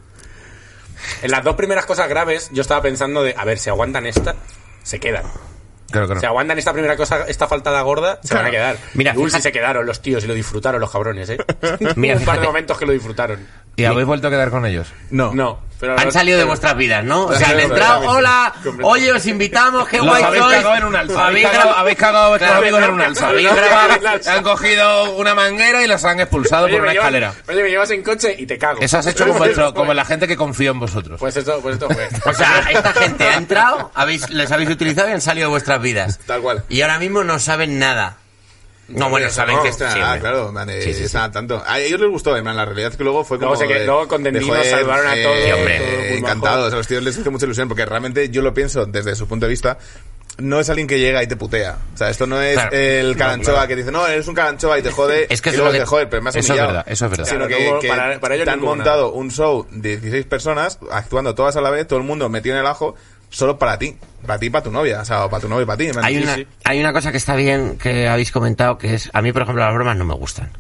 En las dos primeras cosas graves, yo estaba pensando de, a ver, si aguantan esta, se quedan. Claro, claro. Si aguantan esta primera cosa, esta faltada gorda, se van a quedar. Mira, y uy, fíjate- si se quedaron los tíos y lo disfrutaron los cabrones, ¿eh? Mira, un par fíjate. de momentos que lo disfrutaron. ¿Y habéis vuelto a quedar con ellos? No. No, pero... Han salido de vuestras vidas, ¿no? O sea, han Claro, entrado, completamente. hola, Completamente. oye, os invitamos, qué Los guay habéis sois. cagado en un alza. Habéis Habéis cagado, grabado- habéis cagado a vuestros Claro, amigos en un alza. habéis Habéis grabado- grabado- Han cogido una manguera y los han expulsado Oye, por me una llevas- escalera. Oye, me llevas en coche y te cago. Eso has hecho con vuestro, como la gente que confía en vosotros. Pues esto, pues esto fue. O sea, esta gente ha entrado, habéis, les habéis utilizado y han salido de vuestras vidas. Tal cual. Y ahora mismo no saben nada. No, bueno, saben No, que está, sí, ah, hombre. claro, man, eh, Sí, sí, sí. está al tanto. A ellos les gustó, en plan, la realidad es que luego fue como... Luego se que- de- luego con de, Dendino joder, salvaron a todos, Sí, hombre, todo muy encantados, majo. a los tíos les hizo mucha ilusión, porque realmente yo lo pienso desde su punto de vista, no es alguien que llega y te putea. O sea, esto no es Claro. el caranchoa claro. que dice, no, eres un caranchoa y te jode, Es que y eso luego es lo te que- jode, pero me has eso es humillado. verdad, eso es verdad. Sino Claro, que, no hubo- que para- para ellos te han no hubo montado nada. un show de dieciséis personas, actuando todas a la vez, todo el mundo metido en el ajo, solo para ti. Para ti y para tu novia. O sea, o para tu novia y para ti. en plan, Hay sí, una, sí. hay una cosa que está bien que habéis comentado, que es, a mí, por ejemplo, las bromas no me gustan.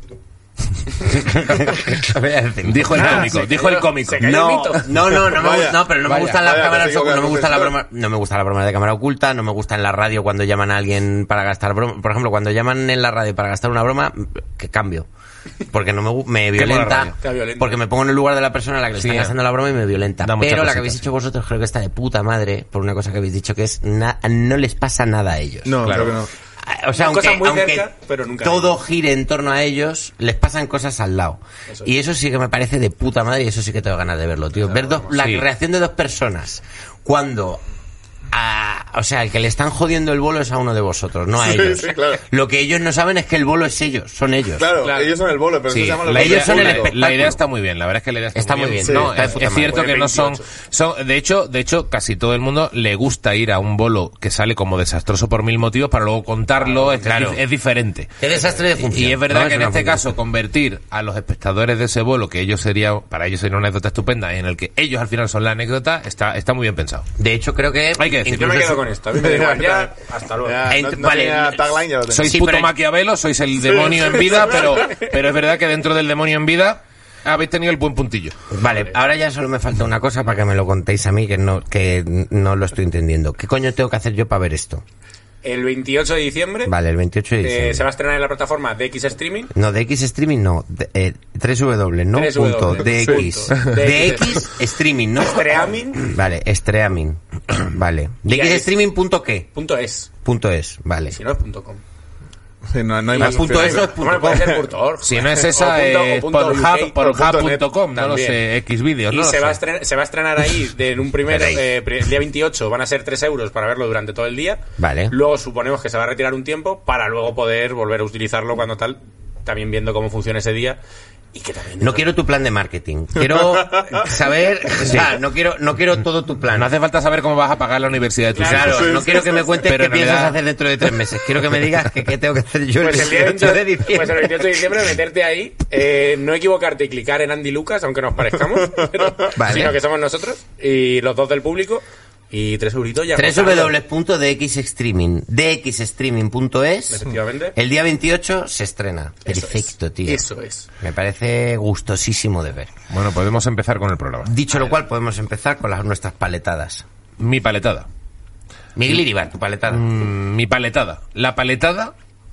Voy a decir. Dijo el Ah, cómico, se dijo cayó- el cómico. se cayó el No, mito. no, no, no me Vaya, gusta, no, pero no me vaya, gustan las vaya, cámaras, que se ocu- no me equivoca gusta la el broma, no me gusta la broma de cámara oculta, no me gusta en la radio cuando llaman a alguien para gastar broma, por ejemplo, cuando llaman en la radio para gastar una broma, que cambio. Porque no me, gu- me Quemo la violenta, radio. Te violenta. porque me pongo en el lugar de la persona a la que le Sí, están eh. gastando la broma y me violenta. Da muchas Pero la que cositas. habéis dicho vosotros creo que está de puta madre por una cosa que habéis dicho que es na- no les pasa nada a ellos. No, Claro. creo que no. O sea, Son aunque, cosas muy aunque cerca, pero nunca todo ellos. gire en torno a ellos, les pasan cosas al lado. Eso es. Y eso sí que me parece de puta madre y eso sí que tengo ganas de verlo, tío. Ver dos, la Sí. reacción de dos personas cuando... a- o sea, el que le están jodiendo el bolo es a uno de vosotros, no a Sí, ellos. sí, claro. Lo que ellos no saben es que el bolo es ellos, son ellos. Claro, Claro. ellos son el bolo, pero Sí, eso se llama la los ellos idea, bolos son el públicos. espectáculo. la idea está muy bien, la verdad es que la idea está, Está muy muy bien. bien, No, está de es, puta es cierto madre. que no son, veintiocho. son, de hecho, de hecho, casi todo el mundo le gusta ir a un bolo que sale como desastroso por mil motivos para luego contarlo, es, Claro. es diferente. Qué desastre de función. Y es verdad No, que en una este función. caso convertir a los espectadores de ese bolo, que ellos sería, para ellos sería una anécdota estupenda, en el que ellos al final son la anécdota, está, está muy bien pensado. De hecho, creo que... Hay que decirlo. Yo me incluso quedo su- con esto. A mí me da igual. Ya, hasta luego. Ya, Eh, no, no vale, tenía tagline, ya lo tengo. Sois Sí, puto pero- Maquiavelo, sois el demonio en vida, pero, pero es verdad que dentro del demonio en vida habéis tenido el buen puntillo. Vale, ahora ya solo me falta una cosa para que me lo contéis a mí, que no, que no lo estoy entendiendo. ¿Qué coño tengo que hacer yo para ver esto? El veintiocho de diciembre Vale, el veintiocho de eh, diciembre. se va a estrenar en la plataforma de X Streaming. No, de X Streaming no. De, eh, tres W, no tres punto. W, De X. punto. De X Streaming, ¿no? Streaming. Vale, Streaming. Vale. De Y ahí- X Streaming punto qué. Punto es. Punto es, vale. Si no es punto com. Sí, no, no hay Ah, más punto opciones. eso es punto Bueno, com. puede ser punto org. Si no es O esa, punto- o es punto Pornhub, U K. pornhub punto com, no lo También. sé, Xvideos, Y no lo se, va a sé. estrenar, se va a estrenar ahí de, en un primer, Veréis. eh, pri- el día veintiocho van a ser tres euros para verlo durante todo el día. Vale. Luego suponemos que se va a retirar un tiempo para luego poder volver a utilizarlo cuando tal, también viendo cómo funciona ese día. Y que también No quiero tu plan de marketing. Quiero saber, o sea, no quiero, no quiero todo tu plan. No hace falta saber cómo vas a pagar la universidad de tus Claro, hijos. no quiero que me cuentes Pero qué en piensas realidad- hacer dentro de tres meses. Quiero que me digas que qué tengo que hacer yo el Pues el, día veintiocho de veintiocho, diciembre. pues el veintiocho de diciembre meterte ahí, eh, no equivocarte y clicar en Andy Lucas, aunque nos parezcamos, pero- Vale. sino que somos nosotros y los dos del público y tres euritos ya. tres gozarlo. w punto d x streaming d x streaming punto es. Efectivamente. El día veintiocho se estrena. Eso Perfecto, es. tío. Eso es. Me parece gustosísimo de ver. Bueno, podemos empezar con el programa. Dicho lo cual, podemos empezar con las nuestras paletadas. Mi paletada. Miguel Iribar, tu paletada. Mm, mi paletada. La paletada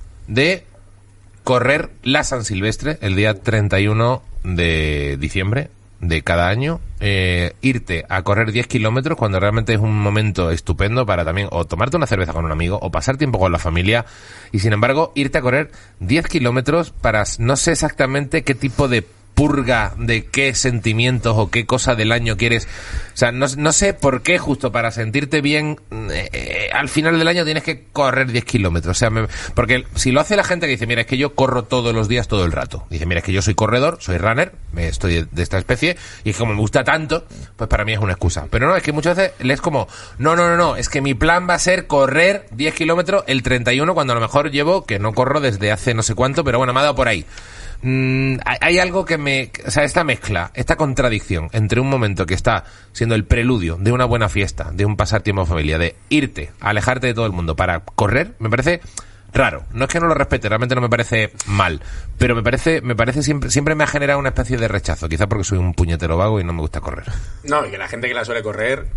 de correr la San Silvestre el día treinta y uno de diciembre de cada año, eh, irte a correr diez kilómetros cuando realmente es un momento estupendo para también o tomarte una cerveza con un amigo o pasar tiempo con la familia y sin embargo irte a correr diez kilómetros para no sé exactamente qué tipo de purga de qué sentimientos o qué cosa del año quieres. O sea, no, no sé por qué justo para sentirte bien eh, eh, al final del año tienes que correr diez kilómetros. O sea, me- porque si lo hace la gente que dice, mira, es que yo corro todos los días todo el rato. Dice, mira, es que yo soy corredor, soy runner, me estoy de, de esta especie y es que como me gusta tanto, pues para mí es una excusa. Pero no, es que muchas veces es como, no, no, no, no, es que mi plan va a ser correr diez kilómetros el treinta y uno cuando a lo mejor llevo, que no corro desde hace no sé cuánto, pero bueno, me ha dado por ahí. Mm, hay, hay algo que me... O sea, esta mezcla, esta contradicción entre un momento que está siendo el preludio de una buena fiesta, de un pasar tiempo en familia, de irte, alejarte de todo el mundo para correr, me parece raro. No es que no lo respete, realmente no me parece mal, pero me parece me parece siempre siempre me ha generado una especie de rechazo, quizá porque soy un puñetero vago y no me gusta correr. No, y que la gente que la suele correr,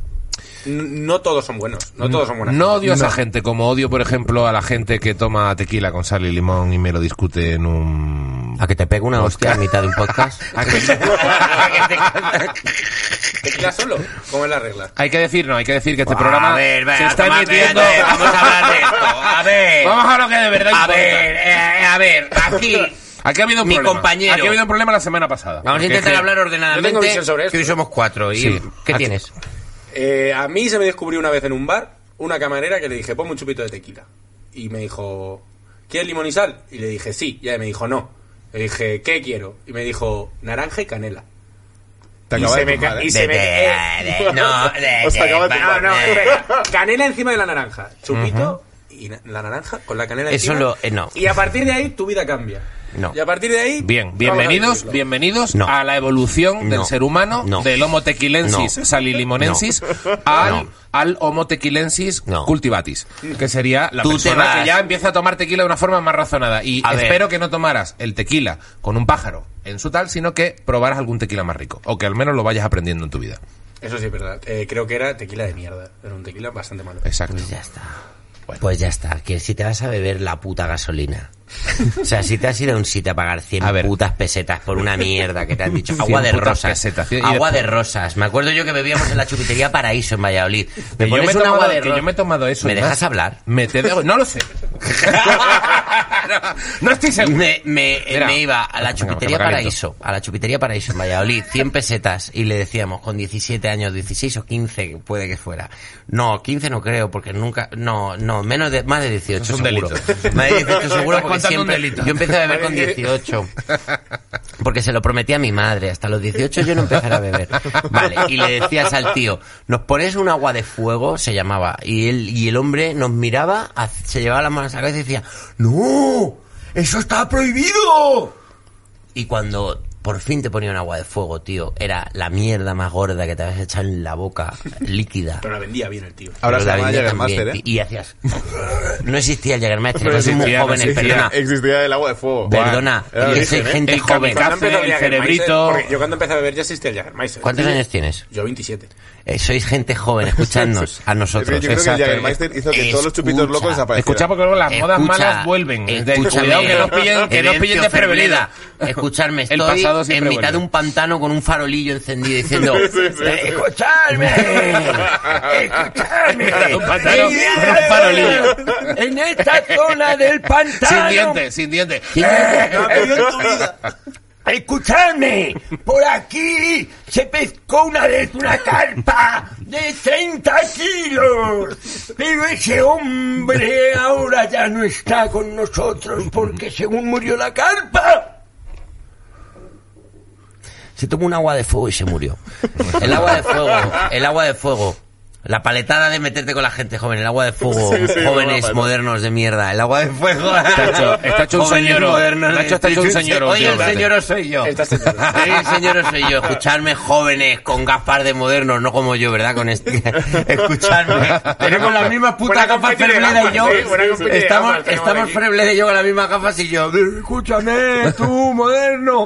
n- no todos son buenos. No todos son buenos. No odio a esa gente, como odio, por ejemplo, a la gente que toma tequila con sal y limón y me lo discute en un... A que te pegue una hostia a mitad de un podcast. ¿A que- ¿Tequila solo? ¿Cómo es la regla? Hay que decir, no, hay que decir que este A programa ver, venga, se está toma, emitiendo... espérate, vamos a hablar de esto. A ver. Vamos a lo que de verdad A importa. ver, eh, a ver, aquí. Aquí ha habido un Mi problema. compañero. Aquí ha habido un problema la semana pasada. Vamos a Porque intentar es que- hablar Yo ordenadamente. tengo visión sobre esto. Que hoy somos cuatro. ¿Y Sí. qué Aquí- tienes? Eh, a mí se me descubrió una vez en un bar una camarera que le dije, ponme un chupito de tequila. Y me dijo, ¿quieres limón y sal? Y le dije, sí. Y ella me dijo, no. Le dije, ¿qué quiero? Y me dijo, naranja y canela. Te y acaba se de me, tumbar, ca- ¿eh? y se me De- eh, de- no, de- Os acaba de de- No, tumbar. no, espera. Canela encima de la naranja. Chupito y na- la naranja con la canela Eso encima. lo- eh, no. Y a partir de ahí tu vida cambia. No. Y a partir de ahí... Bien, vamos a bienvenidos, vivirlo. bienvenidos No. a la evolución del No. ser humano, No. del Homo tequilensis No. salilimonensis al, No. al Homo tequilensis No. cultivatis, que sería la Tú te persona vas. que ya empieza a tomar tequila de una forma más razonada. Y A ver. espero que no tomaras el tequila con un pájaro en su tal, sino que probaras algún tequila más rico, o que al menos lo vayas aprendiendo en tu vida. Eso sí es verdad. Eh, creo que era tequila de mierda. Era un tequila bastante malo. Exacto. Pues ya está. Pues ya está. Que si te vas a beber la puta gasolina. O sea, si te has ido a un sitio a pagar cien A ver. putas pesetas por una mierda que te han dicho. Agua cien de putas rosas. pesetas, cien- y Agua después- de rosas. Me acuerdo yo que bebíamos en la chupitería Paraíso en Valladolid. Que Me yo, me he pones un tomado, agua de que ro- yo me he tomado eso. ¿Me y dejas más. hablar? Me te dejo- No lo sé. no, no estoy seguro. Me, me, Mira. me iba a la Venga, chupitería que me caliento. Paraíso, a la chupitería Paraíso en Valladolid, cien pesetas, y le decíamos con diecisiete años, dieciséis o quince, que puede que fuera. No, quince no creo, porque nunca, no, no, menos de, más de dieciocho Eso es un seguro. delito. Más de dieciocho seguro, Estás porque contando un siempre, delito. yo empecé a beber con dieciocho. Porque se lo prometí a mi madre, hasta los dieciocho yo no empezaré a beber. Vale, y le decías al tío, nos pones un agua de fuego, se llamaba, y él, y el hombre nos miraba, se llevaba las manos a la cabeza y decía, ¡no! ¡Eso está prohibido! Y cuando por fin te ponía un agua de fuego, tío, era la mierda más gorda que te habías echado en la boca, líquida. Pero la vendía bien el tío. Ahora Pero se la llama vendía Jägermeister, también, ¿eh? Y hacías... No existía el Jägermeister, Pero no soy muy existía, no jóvenes, existía. perdona. Existía el agua de fuego. Perdona, Era que origen, soy ¿eh? gente El joven. kamikaze. ¿Cuándo empezó el Jägermeister? cerebrito. Porque yo cuando empecé a beber ya existía el Jägermeister. ¿Cuántos años tienes? Yo veintisiete. Eh, sois gente joven, escuchadnos a Es nosotros. que yo creo Exacto. que el Jägermeister hizo que todos los chupitos Escucha. locos desaparecieran. Escucha porque luego las modas Escucha, malas vuelven. De- escúchame, Cuidado que nos pillen, que nos pillen Evencio desprevenida. Ferbleda. Escuchadme, El estoy pasado en siempre mitad vuelve. de un pantano con un farolillo encendido diciendo Sí, sí, sí. ¡escuchadme! ¡escuchadme! Un pantano con un farolillo. En esta zona del pantano Sin dientes, sin dientes. ¡escuchadme! Por aquí se pescó una vez una carpa de treinta kilos. Pero ese hombre ahora ya no está con nosotros porque según murió la carpa, se tomó un agua de fuego y se murió. El agua de fuego, el agua de fuego. La paletada de meterte con la gente joven, el agua de fuego, Sí, sí, jóvenes bueno, modernos de mierda, el agua de fuego. Está hecho, está hecho un Jóvenes señor. modernos. Nacho está hecho un señor. Oye, el últimamente. señor soy yo. Esta señora. El señor soy yo. Escuchadme, jóvenes con gafas de modernos, no como yo, ¿verdad? Con este. Escuchadme. Tenemos las mismas putas Buena gafas competi de Ferbleda y gafas, yo. sí, buena competi de Estamos, gafas tenemos estamos aquí. Ferbleda y yo con las mismas gafas y yo. Escúchame, tú, moderno.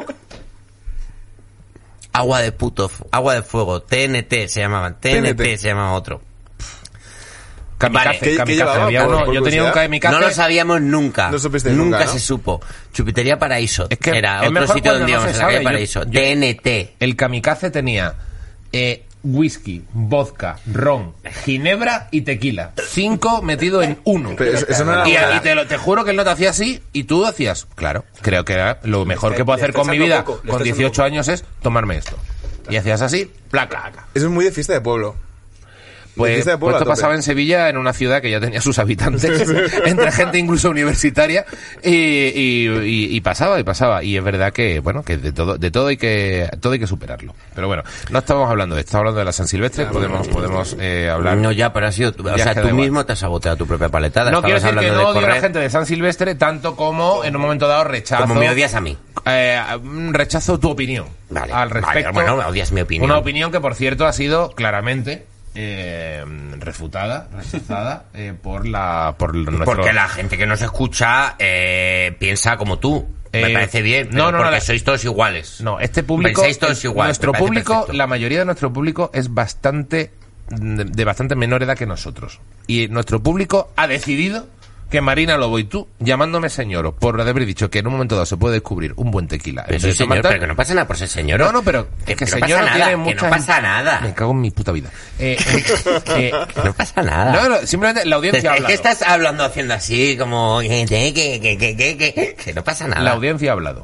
Agua de puto, agua de fuego, T N T se llamaban, T N T, T N T. se llamaba otro. Kamikaze, Vale. ¿Qué- qué kamikaze. llevaba? Había Por- uno- por yo tenía un curiosidad. kamikaze. No lo sabíamos nunca. No supisteis nunca, ¿no? se supo. Chupitería Paraíso. Es que era es otro mejor sitio cuando donde no íbamos, se en la calle sabe. Yo- Paraíso. yo- T N T. El kamikaze tenía eh, whisky, vodka, ron, ginebra y tequila. Cinco metido en uno. Pero eso, eso no era Y, una- y te, lo- te juro que él no te hacía así y tú hacías, claro, creo que era lo mejor está- que puedo le hacer está con mi echando vida poco, le con está echando dieciocho poco. años es tomarme esto. Y hacías así, placa. Eso es muy de fiesta de pueblo. Pues, Fiesta de pues pueblo esto a tope. pasaba en Sevilla, en una ciudad que ya tenía sus habitantes, entre gente incluso universitaria, y, y, y- y pasaba, y pasaba. Y es verdad que, bueno, que de todo, de todo hay que, todo hay que superarlo. Pero bueno, no estamos hablando de esto, estamos hablando de la San Silvestre, podemos, podemos eh, hablar. No, ya, pero ha sido. O Ya sea, queda tú igual. mismo te has saboteado tu propia paletada. No quiero Estabas decir que hablando no de odio a la correr, gente de San Silvestre tanto como en un momento dado rechazo. como me odias a mí. eh, rechazo tu opinión Vale, al vale, respecto. bueno, odias mi opinión. Una opinión que, por cierto, ha sido claramente eh, refutada, rechazada eh, por la por nuestro... Porque la gente que nos escucha eh, piensa como tú. Me Eh, parece bien. no, pero no, no, porque la- sois todos iguales. No, este público, Pensáis todos igual, nuestro me parece público, perfecto. la mayoría de nuestro público es bastante de, de bastante menor edad que nosotros. Y nuestro público ha decidido que Marina Lobo y tú, llamándome señoro, por haber dicho que en un momento dado se puede descubrir un buen tequila. Pero en soy vez de señor, tomar tal- pero que no pasa nada por ser señor. No, no, pero que, es que que señor no pasa nada, tiene que mucha... no pasa nada. Me cago en mi puta vida. Eh, eh, eh, Que no pasa nada. no, no, simplemente la audiencia ha es hablado. que estás hablando haciendo así, como que, que, que, que, que, que, que no pasa nada. La audiencia ha hablado.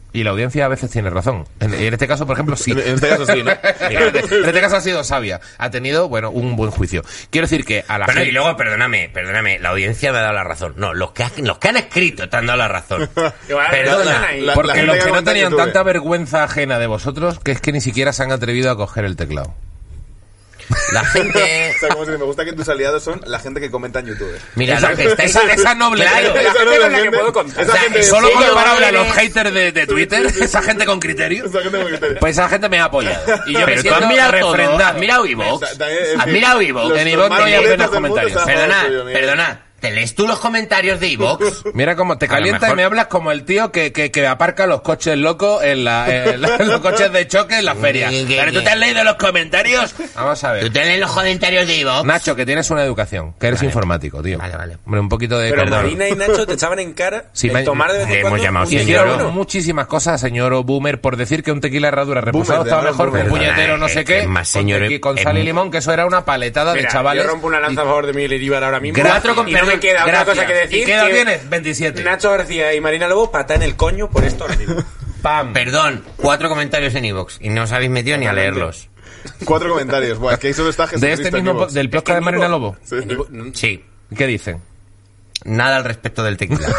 Y la audiencia a veces tiene razón. En, en este caso, por ejemplo, sí. En este caso sí, ¿no? en este caso ha sido sabia. Ha tenido, bueno, un buen juicio. Quiero decir que a la Pero gente... y luego, perdóname, perdóname, la audiencia me ha dado la razón. No, los que, ha- los que han escrito te han dado la razón. Igual, Perdona. ahí. La- Porque gente los que que no comenta en tenían YouTube. tanta vergüenza ajena de vosotros, que es que ni siquiera se han atrevido a coger el teclado. La gente... O sea, como si me gusta que tus aliados son la gente que comenta en YouTube. Mira, Esa- lo que estáis... esa- esa noble Claro, gente. La Esa gente no con la es que puedo contar. Esa O sea, gente es Solo Sí, comparable a vale. los haters de, de Twitter, esa gente con criterio. Esa gente con criterio. Pues esa gente me ha apoyado. Y yo me Pero tú siento has mirado todo, refrendado. has mirado iVoox, Ta- también, en has fin, mirado iVoox. los- En los iVoox no más hay violentos apenas del mundo comentarios. están a favor Perdona, tuyo, Miguel. perdona. ¿Te lees tú los comentarios de iVoox? Mira cómo te A lo calienta y mejor- me hablas como el tío que, que, que aparca los coches locos en, la, en la- en los coches de choque en la feria. ¿Qué, qué, ¿Pero tú qué? te has leído los comentarios? Vamos a ¿Tú ver. te lees los comentarios de iVoox? Nacho, que tienes una educación, que eres Vale. informático, tío. Vale, vale. Hombre, un poquito de... Pero perdón. Marina y Nacho te echaban en cara Sí, el me- tomar de vez en le hemos cuando llamado un señor. tequila Hicieron bueno. muchísimas cosas, señor Boomer, por decir que un tequila herradura reposado Boomer, estaba te mejor que un llaman Boomer. puñetero no Perdona, sé es que qué, es más con, señor- tequi- con es- sal y limón, que eso era una paletada de Mira, chavales. yo rompo una lanza a favor de Miguel Iríbar ahora mismo. Cuatro con- y no me perdón, queda otra Gracias. cosa que decir. ¿Y qué edad que tienes? veintisiete. Nacho García y Marina Lobo pata en el coño por esto ahora mismo. Pam. Perdón, cuatro comentarios en iVoox y no os habéis metido ni a leerlos. Cuatro comentarios. Buah, es que ahí solo está De Jesucristo este en mismo, po- iVoox. del podcast de Marina Lobo. Sí. En iVoox- Sí, ¿Qué dicen? nada al respecto del tequila.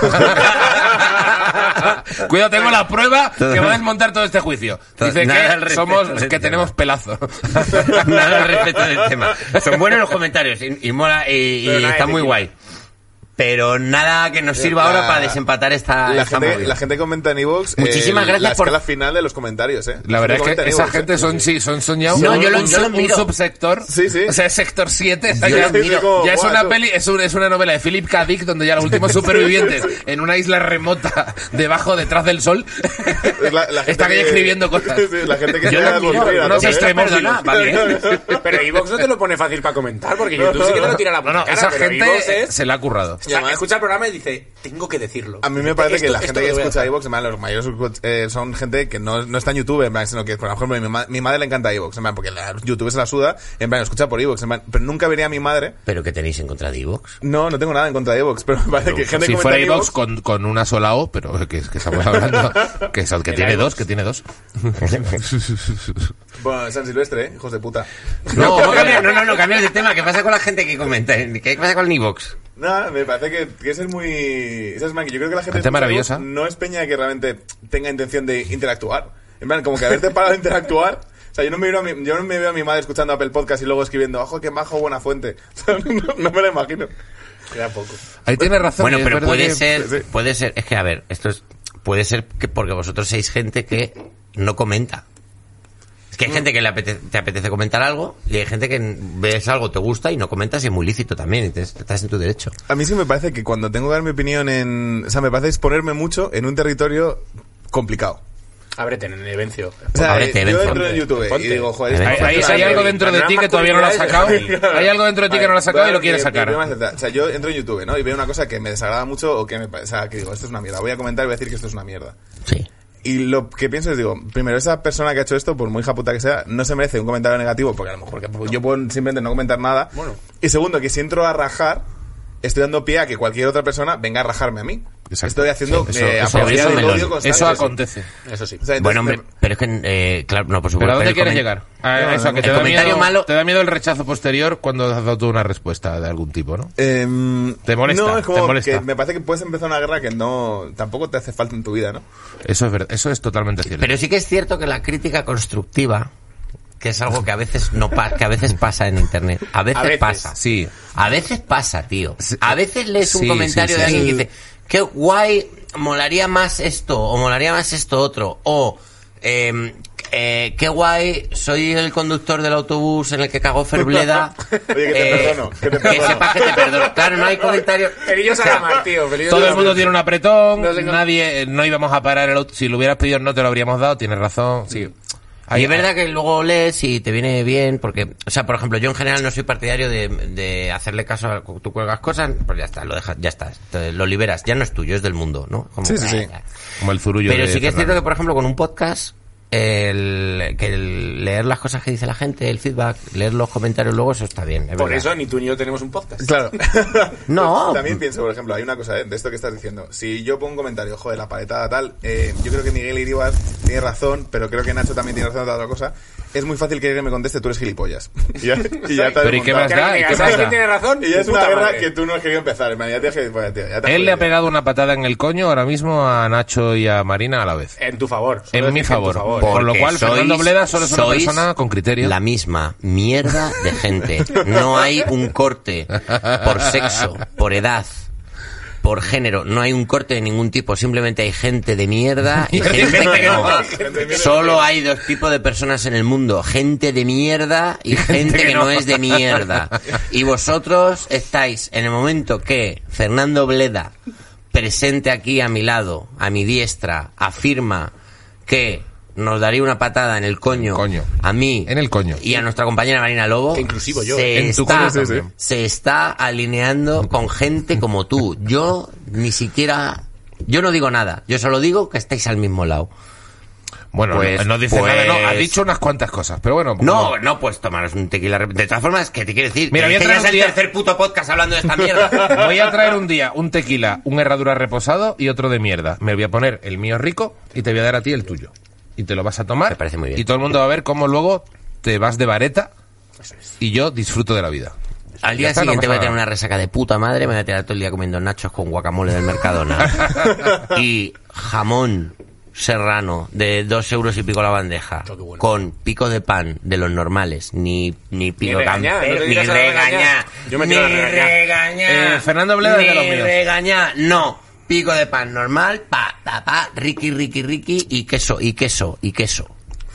Cuidado, tengo la prueba que va a desmontar todo este juicio. Todo- Dice nada al que respecto somos, del que tema. tenemos pelazo. Nada al respecto del tema. Son buenos los comentarios y, y mola y, y Pero nada de está muy tequila. guay. Pero nada que nos sirva La- ahora para desempatar esta, La esta gente, movida. la gente que comenta en iVoox. Muchísimas eh, gracias la por- escala final de los comentarios, ¿eh. La verdad es comenta que en esa iVoox, gente ¿eh? son, sí, son, son ya No, un, yo lo- un yo lo sub- un miro. subsector. Sí, sí. O sea, es sector siete. Yo ya lo miro como, ya es "Buah, una tú". peli, es, un- es una novela de Philip K. Dick donde ya los últimos supervivientes en una isla remota debajo, detrás del sol, Es la- la gente están ahí que- escribiendo cosas. Sí, la gente que Yo se lo miro, construida, no ¿no? sé, ¿Eh? extremófilos. Perdona, vale. Pero iVoox no te lo pone fácil para comentar, porque YouTube sí que te lo tira a la No, puta no, cara, esa pero gente iVoox es... se la ha currado. O sea, escucha el programa y dice, tengo que decirlo. A mí me parece Esto- que la esto gente que lo voy a escucha hacer. iVoox, en plan, los mayores eh, son gente que no, no está en YouTube, en plan, sino que, por ejemplo, mi, ma- mi madre le encanta iVoox, en plan, porque la, YouTube se la suda, en plan, lo escucha por iVoox, en plan, pero nunca vería a mi madre. ¿Pero qué tenéis en contra de iVoox? No, no tengo nada en contra de iVoox, pero me parece que gente Si que fuera comenta en iVox con, con una sola O, pero que, que estamos hablando, que, es- que tiene dos, que tiene dos. Bueno, San Silvestre, ¿eh? Hijos de puta. No, ¿cómo cambia? no, no, no, cambias de tema. ¿Qué pasa con la gente que comenta? ¿Qué pasa con iVoox? Nada, me parece que, que es el muy... Eso es más que yo creo que la gente... Gente escucha maravillosa. iVoox No es peña que realmente tenga intención de interactuar. En plan, como que haberte parado de interactuar... O sea, yo no me veo a mi, yo no me veo a mi madre escuchando Apple Podcast y luego escribiendo, ojo, qué majo, buena fuente. O sea, no, no me lo imagino. Queda poco. Ahí tienes razón. Bueno, es pero verdad puede que- ser, sí, sí. puede ser, es que a ver, esto es, puede ser que porque vosotros sois gente que no comenta. Es que hay gente que le apetece, te apetece comentar algo y hay gente que ves algo, te gusta y no comentas y es muy lícito también y te, estás en tu derecho. A mí sí me parece que cuando tengo que dar mi opinión en... O sea, me parece exponerme mucho en un territorio complicado. Ábrete en el Evencio. O sea, Ábrete, yo Benzo. entro en YouTube y Ponte. digo, joder... Hay- esto- Hay, esto- hay algo dentro de ti que todavía no lo has sacado. Hay algo dentro de ti que no lo has sacado y lo quieres Mi- mi sacar. problema es esta. O sea, yo entro en YouTube, ¿no? Y veo una cosa que me desagrada mucho o que me parece... O sea, que digo, esto es una mierda. Voy a comentar y voy a decir que esto es una mierda. Sí. Y lo que pienso es, digo, primero, esa persona que ha hecho esto, por muy hija puta que sea, no se merece un comentario negativo, porque a lo mejor que yo puedo simplemente no comentar nada. Bueno. Y segundo, que si entro a rajar, estoy dando pie a que cualquier otra persona venga a rajarme a mí. Exacto. Estoy haciendo Sí, eh, eso- apología eso del melón. odio constante. Eso acontece. Eso sí. O sea, entonces, Bueno, hombre, me- pero es que, eh, claro, no, por supuesto. ¿Pero a dónde pero el quieres comen- llegar? A No, eso, no, a que el te da, comentario miedo, malo- te da miedo el rechazo posterior cuando has dado tú una respuesta de algún tipo, ¿no? Em, Te molesta, No, es como te molesta. que me parece que puedes empezar una guerra que no tampoco te hace falta en tu vida, ¿no? Eso es verdad, eso es totalmente cierto. Pero sí que es cierto que la crítica constructiva, que es algo que a veces no pa- que a veces pasa en internet, a veces, A veces. pasa. Sí. A veces pasa, tío. A veces lees un Sí, comentario sí, de sí. alguien que dice, qué guay, molaría más esto, o molaría más esto otro, o eh, eh, qué guay, soy el conductor del autobús en el que cagó Ferbleda. Oye, que te perdono, que te que perdono. sepas que te perdono. Claro, no hay comentarios. Pelillos a la mar, tío. pelillos Todo a la el mundo mar. tiene un apretón, No sé cómo- nadie, eh, no íbamos a parar el auto. Si lo hubieras pedido no te lo habríamos dado, tienes razón, sí. Y es verdad que luego lees y te viene bien, porque, o sea, por ejemplo, yo en general no soy partidario de, de hacerle caso a tú cuelgas cosas, pues ya está, lo dejas, ya está, te- lo liberas, ya no es tuyo, es del mundo, ¿no? Como, Sí, sí, sí. eh, Como el zurullo Pero de sí que es cierto Fernando. que, por ejemplo, con un podcast, el, que el leer las cosas que dice la gente, el feedback, leer los comentarios luego, eso está bien. Por verdad. eso ni tú ni yo tenemos un podcast. Claro. No. También pienso, por ejemplo, hay una cosa, ¿eh? De esto que estás diciendo. Si yo pongo un comentario, joder, la paletada tal, eh, yo creo que Miguel Iribar tiene razón, pero creo que Nacho también tiene razón de otra cosa. Es muy fácil que alguien me conteste, tú eres gilipollas. Y ya, y ya te has Pero ¿y qué desmontado. más da? ¿Y qué ¿Sabes más quién da? tiene razón? Y ya es Tu una puta guerra madre. que tú no has querido empezar. Man, ya te has gilipollas, tío. Ya te has Él le ha jodido. pegado una patada en el coño ahora mismo a Nacho y a Marina a la vez. En tu favor. Solo En decir mi que favor. tu favor. Por lo Porque cual, sois- Fernando Bleda solo es una sois persona con criterio. La misma mierda de gente. No hay un corte por sexo, por edad, por género. No hay un corte de ningún tipo. Simplemente hay gente de mierda y gente que no. Solo hay dos tipos de personas en el mundo. Gente de mierda y gente que no es de mierda. Y vosotros estáis en el momento que Fernando Bleda, presente aquí a mi lado, a mi diestra, afirma que nos daría una patada en el coño, Coño. a mí En el coño. y a nuestra compañera Marina Lobo, E inclusivo yo. se, En tu está, coño también. se está alineando con gente como tú. Yo ni siquiera, yo no digo nada, yo solo digo que estáis al mismo lado. Bueno, Pues- no, no dice pues- nada, no. Ha dicho unas cuantas cosas, pero bueno. No, como- no, pues tomaros un tequila. De todas formas, ¿qué te quiero decir? Mira, Que voy a este traer ya es un el día- tercer puto podcast hablando de esta mierda. Voy a traer un día un tequila, un herradura reposado y otro de mierda. Me voy a poner el mío rico y te voy a dar a ti el tuyo. Y te lo vas a tomar. Me parece muy bien. Y todo el mundo va a ver cómo luego te vas de vareta y yo disfruto de la vida. Al Ya día está, no siguiente pasa voy a tener nada. una resaca de puta madre, me voy a tirar todo el día comiendo nachos con guacamole del Mercadona. Y jamón serrano de dos euros y pico la bandeja, Oh, qué bueno. con pico de pan de los normales, ni, ni pico regañá, camper, no te ni tiras a la regañá, regañá. Yo me ni tiro a la regañá. regañá, Eh, Fernando Bleda es de los ni míos. regañá, no, pico de pan normal, pa, pa, pa, riqui, riqui, riqui, y queso, y queso, y queso.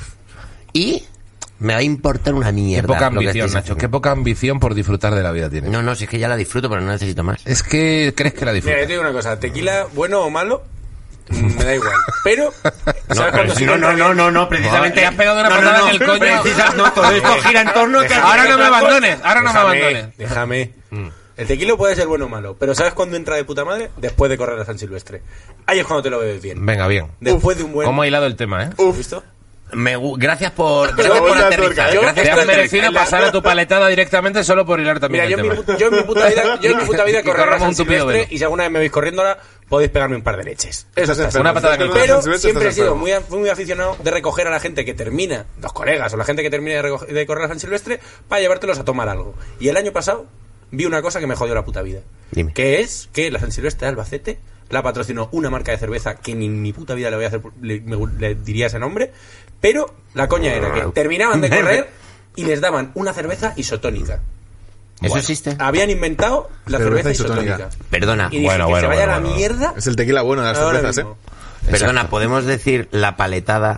Y me va a importar una Qué mierda. poca lo que ambición, estéis Nacho. haciendo. Qué poca ambición por disfrutar de la vida tienes. No, no, si es que ya la disfruto, pero no necesito más. Es que crees que la Mira, yo disfrutas. te digo una cosa. Tequila, bueno o malo, mm, me da igual. Pero... No, ¿sabes cuando se no, encuentra no, no, bien? no, no, precisamente. Le has pegado una No, no, patada no, en el coño. precisa- no, todo esto gira en torno a que Ahora no me abandones, ahora no me Déjame, abandones. Déjame. El tequila puede ser bueno o malo, pero ¿sabes cuándo entra de puta madre? Después de correr a San Silvestre. Ahí es cuando te lo bebes bien. Venga, bien. Después de un buen... ¿Cómo ha hilado el tema, eh? ¿Has visto? Me gu- gracias por, gracias por vuelta de aterrizar. tuerca, ¿eh? Gracias Te por has merecido aterrizar. pasar a tu paletada directamente solo por hilar también Mira, yo el en, mi, tema. pu- yo en mi puta vida, yo en mi puta vida Y correr a corramos San un tupido Silvestre velo. y si alguna vez me veis corriendo ahora, podéis pegarme un par de leches. Eso Estás está enfermo. Una patada en el Estás Pero San Silvestre, siempre he estás sido enfermo. muy, af- muy aficionado de recoger a la gente que termina, los colegas o la gente que termina de, recoger- de correr a San Silvestre, para llevártelos a tomar algo. Y el año pasado vi una cosa que me jodió la puta vida. Dime. Que es que la San Silvestre de Albacete la patrocinó una marca de cerveza que ni en mi puta vida le voy a hacer, le, me- le diría ese nombre, pero la coña era que terminaban de correr y les daban una cerveza isotónica. ¿Eso existe? Habían inventado la cerveza, Cerveza isotónica. isotónica. Perdona, Y dije Bueno, que bueno, se vaya bueno, a la bueno. mierda. Es el tequila bueno de las ahora cervezas, mismo. ¿eh? perdona, ¿podemos decir la paletada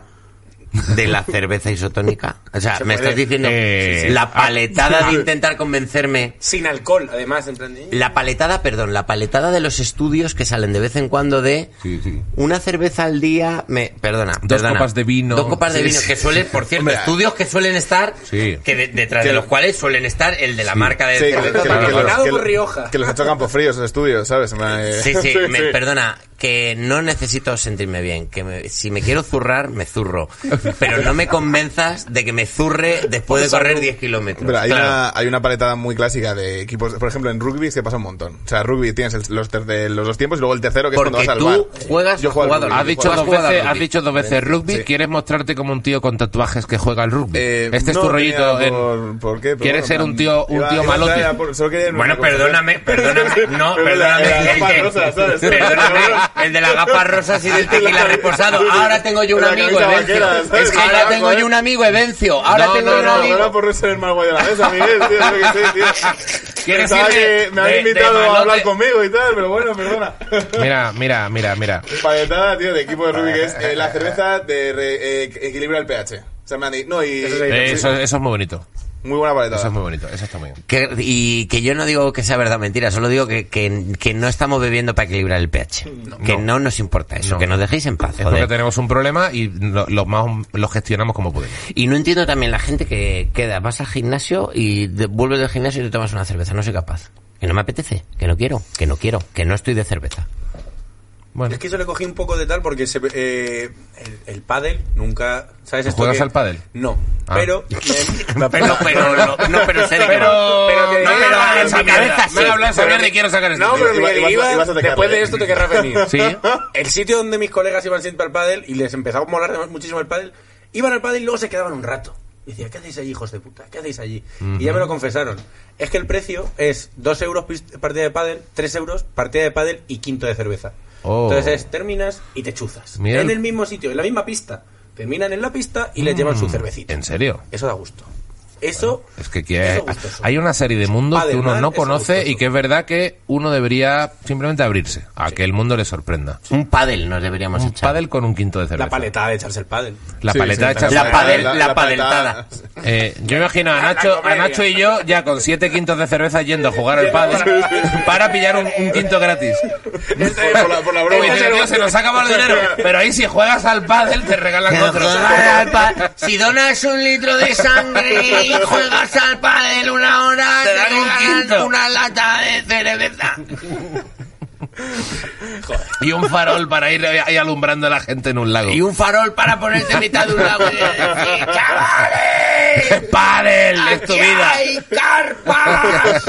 de la cerveza isotónica? O sea, Se me puede. estás diciendo Eh, sí, sí. la paletada Ah, de sí. intentar convencerme. Sin alcohol, además, en plan de- La paletada, perdón, la paletada de los estudios que salen de vez en cuando de Sí, sí. una cerveza al día, me, perdona, Dos perdona. copas de vino. Dos copas de Sí, vino, sí. que suelen, por cierto, Hombre, estudios que suelen estar, Sí. que de- detrás Que de lo- los cuales suelen estar el de la marca de Sí, que, cerveza. que- que- claro, que claro. los, que, por Rioja. que los ha hecho Campo Frío esos estudios, ¿sabes? En plan, eh, Sí, sí, me- perdona, que no necesito sentirme bien, que me- si me quiero zurrar, me zurro, pero no me convenzas de que me zurre después de correr diez kilómetros. Pero hay, Claro. una, hay una paletada muy clásica de equipos, por ejemplo en rugby se pasa un montón. O sea, rugby tienes el- los, ter- de los dos tiempos y luego el tercero que Porque es cuando vas al tú bar. juegas Yo o juego al jugador. rugby. Has dicho, ¿Has dos jugado al veces, rugby? has dicho dos veces rugby. Sí. ¿Quieres mostrarte como un tío con tatuajes que juega al rugby? Eh, este es no tu tenía rollito. en- Por, ¿por qué? Pero ¿Quieres bueno, ser en un plan, tío- un iba- tío iba a malote? entrar por- solo quería una Bueno, cosa, perdóname, perdóname, no, Pero la- perdóname. la es gafas que- rosas, ¿sabes? Perdóname, el de las gafas rosas y del tequila reposado. Ahora tengo yo un La amigo, camisa Evencio. vaquera, ¿sabes? Es que ahora Carajo, tengo ¿eh? yo un amigo, Evencio. Ahora No, tengo no, un no, amigo. Ahora por no ser el mal guay de la mesa, Miguel, tío, es lo que sé, tío. ¿Quieres Pensaba ir de- que me había de- de invitado a malote? hablar conmigo y tal, pero bueno, perdona. Mira, mira, mira, mira. Paletada, tío, de equipo de rugby que es eh, la cerveza de re- eh, que equilibra el pH. O sea, me han dicho, no, y Eso es Eh, eso, eso es muy bonito. muy buena paletada. Eso es muy bonito. Eso está muy bien. Que- y que yo no digo que sea verdad o mentira, solo digo que, que, que no estamos bebiendo para equilibrar el pH. Que no nos importa eso, No. que nos dejéis en paz, Es porque joder. tenemos un problema y lo, lo más lo gestionamos como podemos. Y no entiendo también la gente que queda, vas al gimnasio y de- vuelves del gimnasio y te tomas una cerveza. No soy capaz. Que no me apetece, que no quiero, que no quiero, que no estoy de cerveza. Bueno. Es que eso le cogí un poco de tal porque se, eh, el, el pádel nunca... ¿Sabes esto ¿Juegas que- al pádel? No, Ah. pero... No, pero, pero, no, no, pero en serio. Pero, Pero que- no me pero hablas en esa mi mierda. cabeza sí. Me hablas esa Pero- mierda y quiero sacar esto. No, pero Iba- Miguel, ibas- iba- ibas a atacarle. después de esto te querrás venir. Sí. El sitio donde mis colegas iban siempre al pádel y les empezaba a molar muchísimo el pádel, iban al pádel y luego se quedaban un rato. Y decía, ¿qué hacéis allí, hijos de puta? ¿Qué hacéis allí? Y ya me lo confesaron. Es que el precio es dos euros pis- partida de pádel, tres euros partida de pádel y quinto de cerveza. Oh. Entonces es, terminas y te chuzas. Mira en el- el mismo sitio, en la misma pista. Terminan en la pista y les llevan su cervecita. ¿En serio? Eso da gusto. Eso... Es que, que eso es gustoso. hay una serie de mundos Pádel que uno mal, no eso conoce gustoso. y que es verdad que uno debería simplemente abrirse a que el mundo le sorprenda. Un pádel nos deberíamos Un echar. pádel con un quinto de cerveza. La paletada de echarse el pádel. La Sí, paleta sí, hecha. La padel- la paletada. Eh, yo imagino a La- la Nacho, a comedia. Nacho y yo ya con siete quintos de cerveza yendo a jugar al pádel para pillar un, un quinto gratis. Por la- por la broma. Uy, dice, tío, se nos acaba el dinero. Pero ahí si juegas al pádel te regalan Que otro. juegas al pa- Si donas un litro de sangre y juegas al pádel una hora, Te te, dan un regalan quinto. una lata de cerveza. Y un farol para ir ahí alumbrando a la gente en un lago. Y un farol para ponerte en mitad de un lago y decir, ¡chavales! ¡Pádel! Es tu ¡Aquí vida. hay carpas!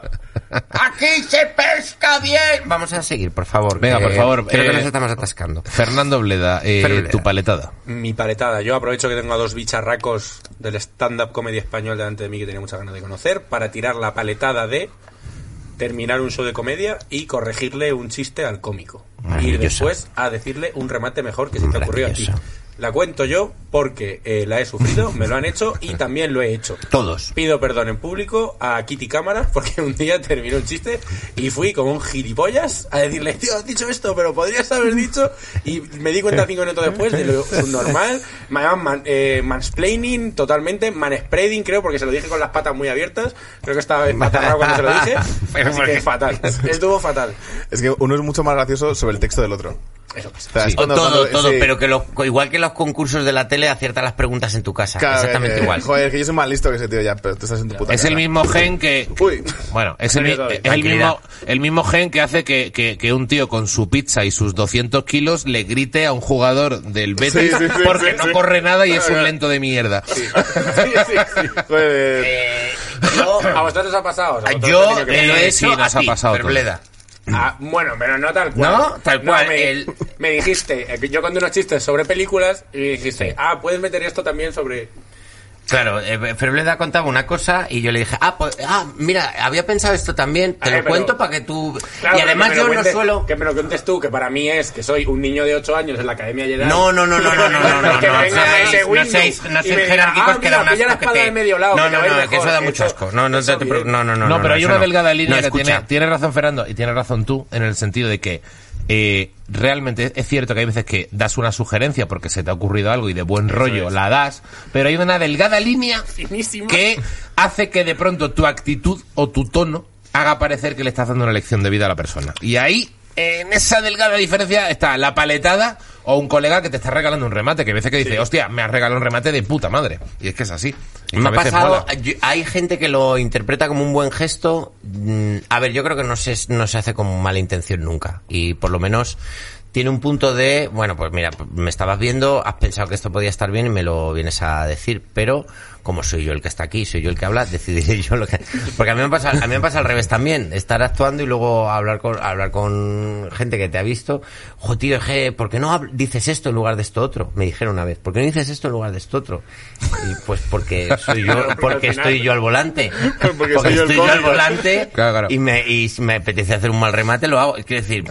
¡Aquí se pesca bien! Vamos a seguir, por favor. Venga, que por favor, Creo eh, que nos estamos atascando. Fernando Bleda, eh, Fernando Bleda. tu paletada. Mi paletada. Yo aprovecho que tengo a dos bicharracos del stand-up comedy español delante de mí que tenía muchas ganas de conocer para tirar la paletada de terminar un show de comedia y corregirle un chiste al cómico. Y Maravilloso. después a decirle un remate mejor que se te ocurrió a ti. Maravilloso. La cuento yo porque eh, la he sufrido, me lo han hecho y también lo he hecho. Todos. Pido perdón en público a Kitty Cámara porque un día terminó un chiste y fui como un gilipollas a decirle, tío, has dicho esto, pero podrías haber dicho. Y me di cuenta cinco minutos después de lo subnormal. Me llaman man, eh, mansplaining totalmente, manspreading creo, porque se lo dije con las patas muy abiertas. Creo que estaba empatarrado cuando se lo dije. Así que fatal. Estuvo fatal. Es que uno es mucho más gracioso sobre el texto del otro. Eso pasa. O sea, es O cuando- todo, cuando- todo, sí. pero que lo- igual que los concursos de la tele, acierta las preguntas en tu casa. Claro, Exactamente eh, igual. Joder, que yo soy más listo que ese tío ya, pero tú estás en tu puta Es casa. el mismo gen que... Uy. Bueno, es el, mi- Tranquilidad. es el mismo el mismo gen que hace que, que, que un tío con su pizza y sus doscientos kilos le grite a un jugador del Betis Sí, sí, sí, porque sí, no sí. corre nada y es un lento de mierda. Sí, sí, sí. Joder. Eh, yo, ¿A vosotros os ha pasado? O sea, vosotros yo tenéis que- te lo he Sí, hecho nos a ha ti, pasado todo. Perbleda. Ah, bueno, pero no tal cual. ¿No? Tal cual, me, el- me dijiste, eh, yo conté unos chistes sobre películas y dijiste, Sí. ah, puedes meter esto también sobre... Claro, eh, Ferbleda contaba una cosa y yo le dije, ah, pues, ah, mira, había pensado esto también, te A lo ver, pero- cuento para que tú... Claro, y pero además que me yo lo no cuentes- suelo... Que me lo cuentes tú, que para mí es que soy un niño de ocho años en la Academia Jedi. No, no, no, no, no, no, no, no, Que no, venga seáis- ese no Windu seáis, no y me seáis diga, jerárquicos ah, que da mira, un pilla la asco que espada te... de medio lado, No, que te no, va a ir no, que mejor. eso da mucho Eso- asco. No, no, eso te- bien. no, no, no, No, pero hay eso una no. delgada línea No, que escucha. tiene, tiene razón Fernando y tiene razón tú en el sentido de que eh, realmente es cierto que hay veces que das una sugerencia porque se te ha ocurrido algo y de buen rollo la das, pero hay una delgada línea Finísima. que hace que de pronto tu actitud o tu tono haga parecer que le estás dando una lección de vida a la persona. Y ahí, en esa delgada diferencia, está la paletada o un colega que te está regalando un remate, que a veces que dice, hostia, me has regalado un remate de puta madre. Y es que es así. Y Me a ha veces pasado, mola. yo- hay gente que lo interpreta como un buen gesto. Mm, A ver, yo creo que no se, no se hace con mala intención nunca. Y por lo menos tiene un punto de, bueno, pues mira, me estabas viendo, has pensado que esto podía estar bien y me lo vienes a decir, pero como soy yo el que está aquí, soy yo el que habla, decidiré yo lo que... Porque a mí me pasa, a mí me pasa al revés también, estar actuando y luego hablar con, hablar con gente que te ha visto. Jo, tío, je, ¿por qué no hab- dices esto en lugar de esto otro? Me dijeron una vez, ¿por qué no dices esto en lugar de esto otro? Y pues porque soy yo, porque estoy yo al volante. Porque soy yo el estoy yo al cómico. volante Claro, claro. y me, y si me apetece hacer un mal remate, lo hago. Quiero decir,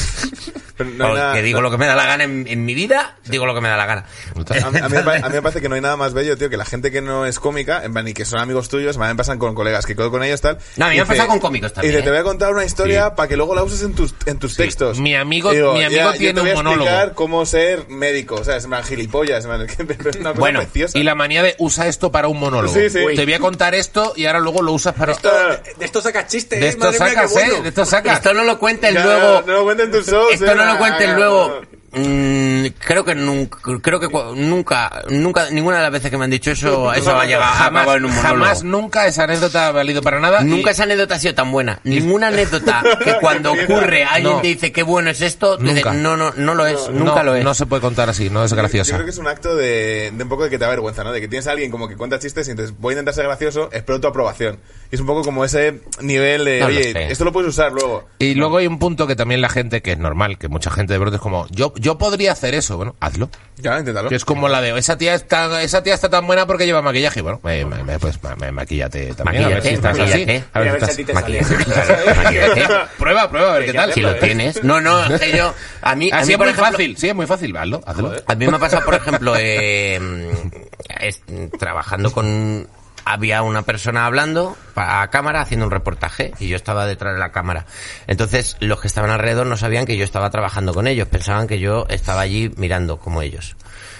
Pero no hay nada- que digo lo que me da la gana en, en mi vida, digo lo que me da la gana. A mí, a mí me pare- a mí me parece que no hay nada más bello, tío, que la gente que no es cómica, en plan, y que son amigos tuyos, me pasan con colegas, que quedo con ellos, tal. No, a mí y me ha dice- pasado con cómicos también, Y dice, ¿eh? te voy a contar una historia Sí. para que luego la uses en tus, en tus textos. Mi amigo- Y digo, mi amigo ya, yo tiene te voy a un monólogo. explicar cómo ser médico, o sea, es una gilipollas, man, es que es una cosa Bueno, preciosa. Y la manía de usa esto para un monólogo. Sí, sí. Te voy a contar esto y ahora luego lo usas para... Esto- de esto sacas chistes, De ¿eh? esto Madre mía, qué sacas, bueno. ¿eh? De esto sacas. Esto no lo cuentes Ya, luego. no lo cuenten tus shows, Esto eh, no lo ah, cuentes ah, luego. ah. Mm, creo que nunca, creo que cu- nunca, nunca, ninguna de las veces que me han dicho eso, eso ha llegado, ha Jamás, acabado en un monólogo. jamás, nunca esa anécdota ha valido para nada. Nunca y- esa anécdota ha sido tan buena. Ninguna anécdota que cuando ocurre alguien No. te dice qué bueno es esto, te dice, Nunca. no, no, no lo es, nunca no, lo es. No se puede contar así, no es Yo graciosa. creo que es un acto de, de un poco de que te da vergüenza, ¿no? De que tienes a alguien como que cuenta chistes y entonces voy a intentar ser gracioso, espero tu aprobación. Y es un poco como ese nivel de, No lo oye, sé. esto lo puedes usar luego. Y luego hay un punto que también la gente, que es normal, que mucha gente de pronto es como, yo, yo podría hacer eso, bueno, hazlo. Ya, inténtalo. Que es como la de, esa tía está, esa tía está tan buena porque lleva maquillaje. Bueno, me, me- me- pues ma- me- maquíllate también, a ver Maquíllate, si estás maquíllate. así. A ver Mira, a ver si si a ti estás... te sale. Claro, maquíllate. Prueba, prueba, a ver qué tal. Si lo tienes. No, no, es que yo, a mí, a Así mí es por muy ejemplo, fácil, sí, es muy fácil, hazlo, hazlo. a mí me ha pasado, por ejemplo, eh, es- trabajando con... Había una persona hablando a cámara haciendo un reportaje y yo estaba detrás de la cámara. Entonces los que estaban alrededor no sabían que yo estaba trabajando con ellos, pensaban que yo estaba allí mirando como ellos.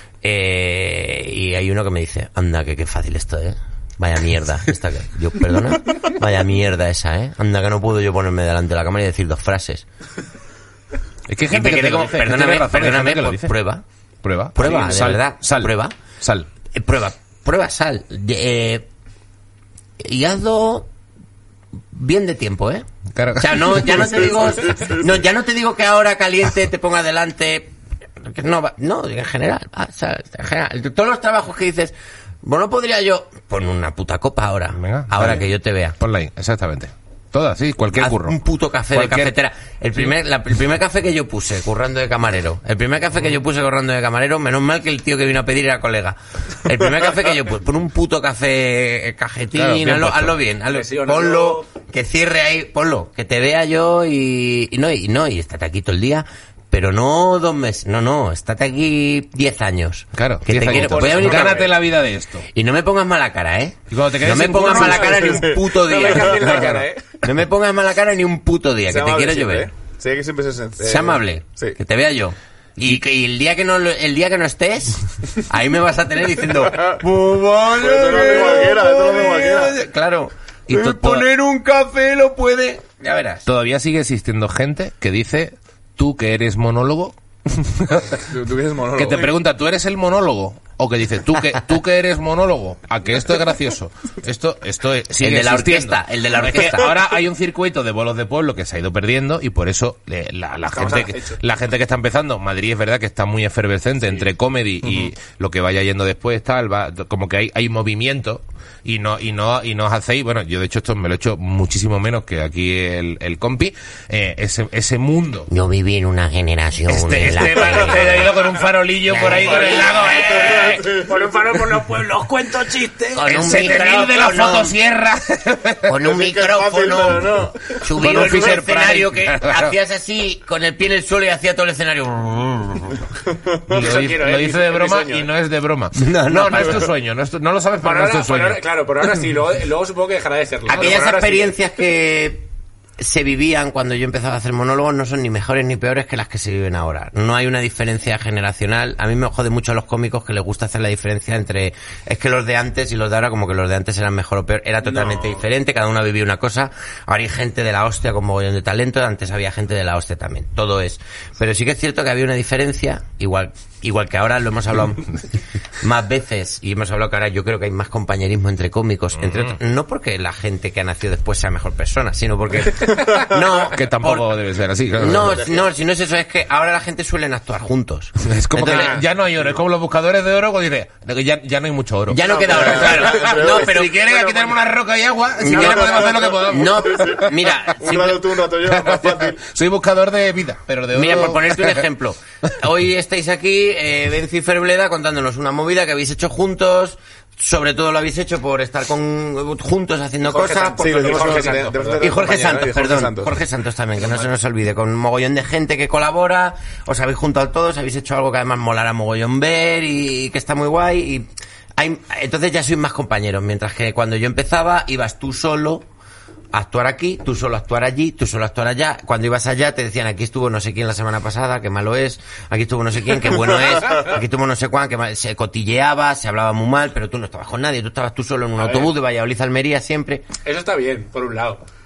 Eh, y hay uno que me dice, anda, que qué fácil esto, ¿eh? Vaya mierda. Esta que... Yo, perdona, vaya mierda esa, ¿eh? Anda, que no puedo yo ponerme delante de la cámara y decir dos frases. Es que hay Y gente me que quedé te lo como, dice, que perdóname, tiene razón, hay gente perdóname, que lo pues dice. prueba. Prueba. Prueba, de sal, verdad, Sal, prueba. Sal. Eh, prueba, prueba sal. De- eh, y hazlo bien de tiempo, ¿eh? Claro. O sea, no, ya no te digo, no, ya no te digo que ahora caliente te ponga delante. Que no, va- no, en general, ah, o sea, en general. Todos los trabajos que dices, bueno, podría yo, pon una puta copa ahora, Venga, ahora dale. que yo te vea. Ponla ahí, exactamente. Todas, sí, cualquier Haz curro. un puto café Cualquier- de cafetera. El primer, la- el primer café que yo puse currando de camarero. El primer café que yo puse currando de camarero, menos mal que el tío que vino a pedir era colega. El primer café que yo puse, pon un puto café eh, cajetín, Claro, bien hazlo, puesto. hazlo bien, hazlo, Presiónalo. ponlo, que cierre ahí, ponlo, que te vea yo y, y no, y no, y estate aquí todo el día. Pero no dos meses, no, no, estate aquí diez años. Claro, que diez te quiero, añitos. voy a venir a- Gánate la vida de esto. y no me pongas mala cara, ¿eh? Y cuando te quedes no me sin pongas curro, mala cara ni un puto No día. me cambies la cara, ¿eh? No me pongas mala cara ni un puto día, Sé que te amable quiero siempre, llover. ¿eh? Sí, que siempre es... eh, Sé amable, Sí. que te vea yo. Y, que, y el día que no lo- el día que no estés, ahí me vas a tener diciendo, "Pues vale, Pues esto lo hace cualquiera, esto lo hace cualquiera". Claro. Y El tú poner un café lo puede. Ya verás. Todavía sigue existiendo gente que dice, tú que eres monólogo, Tú, tú que eres monólogo. que te pregunta, ¿tú eres el monólogo? O que dice, ¿tú que, tú que eres monólogo? ¿A que esto es gracioso? Esto, esto es- sigue El de la existiendo. orquesta, el de la Es que orquesta. ahora hay un circuito de bolos de pueblo que se ha ido perdiendo y por eso eh, la, la Estamos gente al que, acecho. la gente que está empezando, Madrid es verdad que está muy efervescente entre comedy y lo que vaya yendo después, tal, va, como que hay, hay movimiento y no, y no, y no os hacéis, bueno, yo de hecho esto me lo he hecho muchísimo menos que aquí el, el compi, eh, ese, ese mundo. Yo viví en una generación Este, en la este que- va este ha ido con un farolillo por ahí por el lado, eh. Por un farol por los pueblos, cuento chistes. Con El un siete mil de la micrófono. fotosierra. con un Sí que es fácil, micrófono pero no. subido Con un en un Fisher escenario Price. que Claro. hacías así con el pie en el suelo y hacía todo el escenario. Lo, Eso di- quiero, lo eh, dice mi- de mi broma sueño, y eh. no es de broma. No, No, no, no, es para- tu sueño. No, es tu- no lo sabes, pero Por no es ahora, tu por sueño. ahora- claro, por ahora sí, luego, luego supongo que dejará de serlo. Aquellas Por ahora sí. experiencias que se vivían cuando yo empezaba a hacer monólogos no son ni mejores ni peores que las que se viven ahora. No hay una diferencia generacional. A mí me jode mucho a los cómicos que les gusta hacer la diferencia entre es que los de antes y los de ahora, como que los de antes eran mejor o peor. Era totalmente No. diferente, cada uno vivía una cosa. Ahora hay gente de la hostia con mogollón de talento, antes había gente de la hostia también. Todo es. Pero sí que es cierto que había una diferencia, igual igual que ahora lo hemos hablado más veces y hemos hablado que ahora yo creo que hay más compañerismo entre cómicos, entre otros, no porque la gente que ha nacido después sea mejor persona, sino porque no, Que tampoco por- debe ser así. claro. no, no, si no es eso, es que ahora la gente suelen actuar juntos. Es como Entonces, que ya no hay oro. Es como los buscadores de oro cuando dice, de que ya, ya no hay mucho oro. ya no queda oro, claro. No, pero si quieren aquí tenemos una roca y agua, si No, quieren no, podemos hacer lo que podamos. no, mira, Un simple- rato tú, un rato yo, más fácil. Soy buscador de vida, pero de oro... Mira, por ponerte un ejemplo. Hoy estáis aquí, eh, Benzi y Ferbleda, contándonos una movida que habéis hecho juntos. Sobre todo lo habéis hecho por estar con juntos haciendo Jorge cosas. Santos. por- Sí, lo Y hicimos Jorge con- Santos, de- de- perdón. de- Y Jorge compañero, Santos, ¿eh? Jorge perdón. Santos. Jorge Santos también, que no se nos olvide. Con un mogollón de gente que colabora, os habéis juntado todos, habéis hecho algo que además molará mogollón ver y que está muy guay. Y hay, entonces ya sois más compañeros, mientras que cuando yo empezaba ibas tú solo a actuar aquí, tú solo a actuar allí, tú solo a actuar allá. Cuando ibas allá te decían, aquí estuvo no sé quién la semana pasada, qué malo es, aquí estuvo no sé quién, qué bueno es, aquí estuvo no sé cuán, que mal- se cotilleaba, se hablaba muy mal, pero tú no estabas con nadie, tú estabas tú solo en un A autobús ver. de Valladolid a Almería siempre. Eso está bien, por un lado.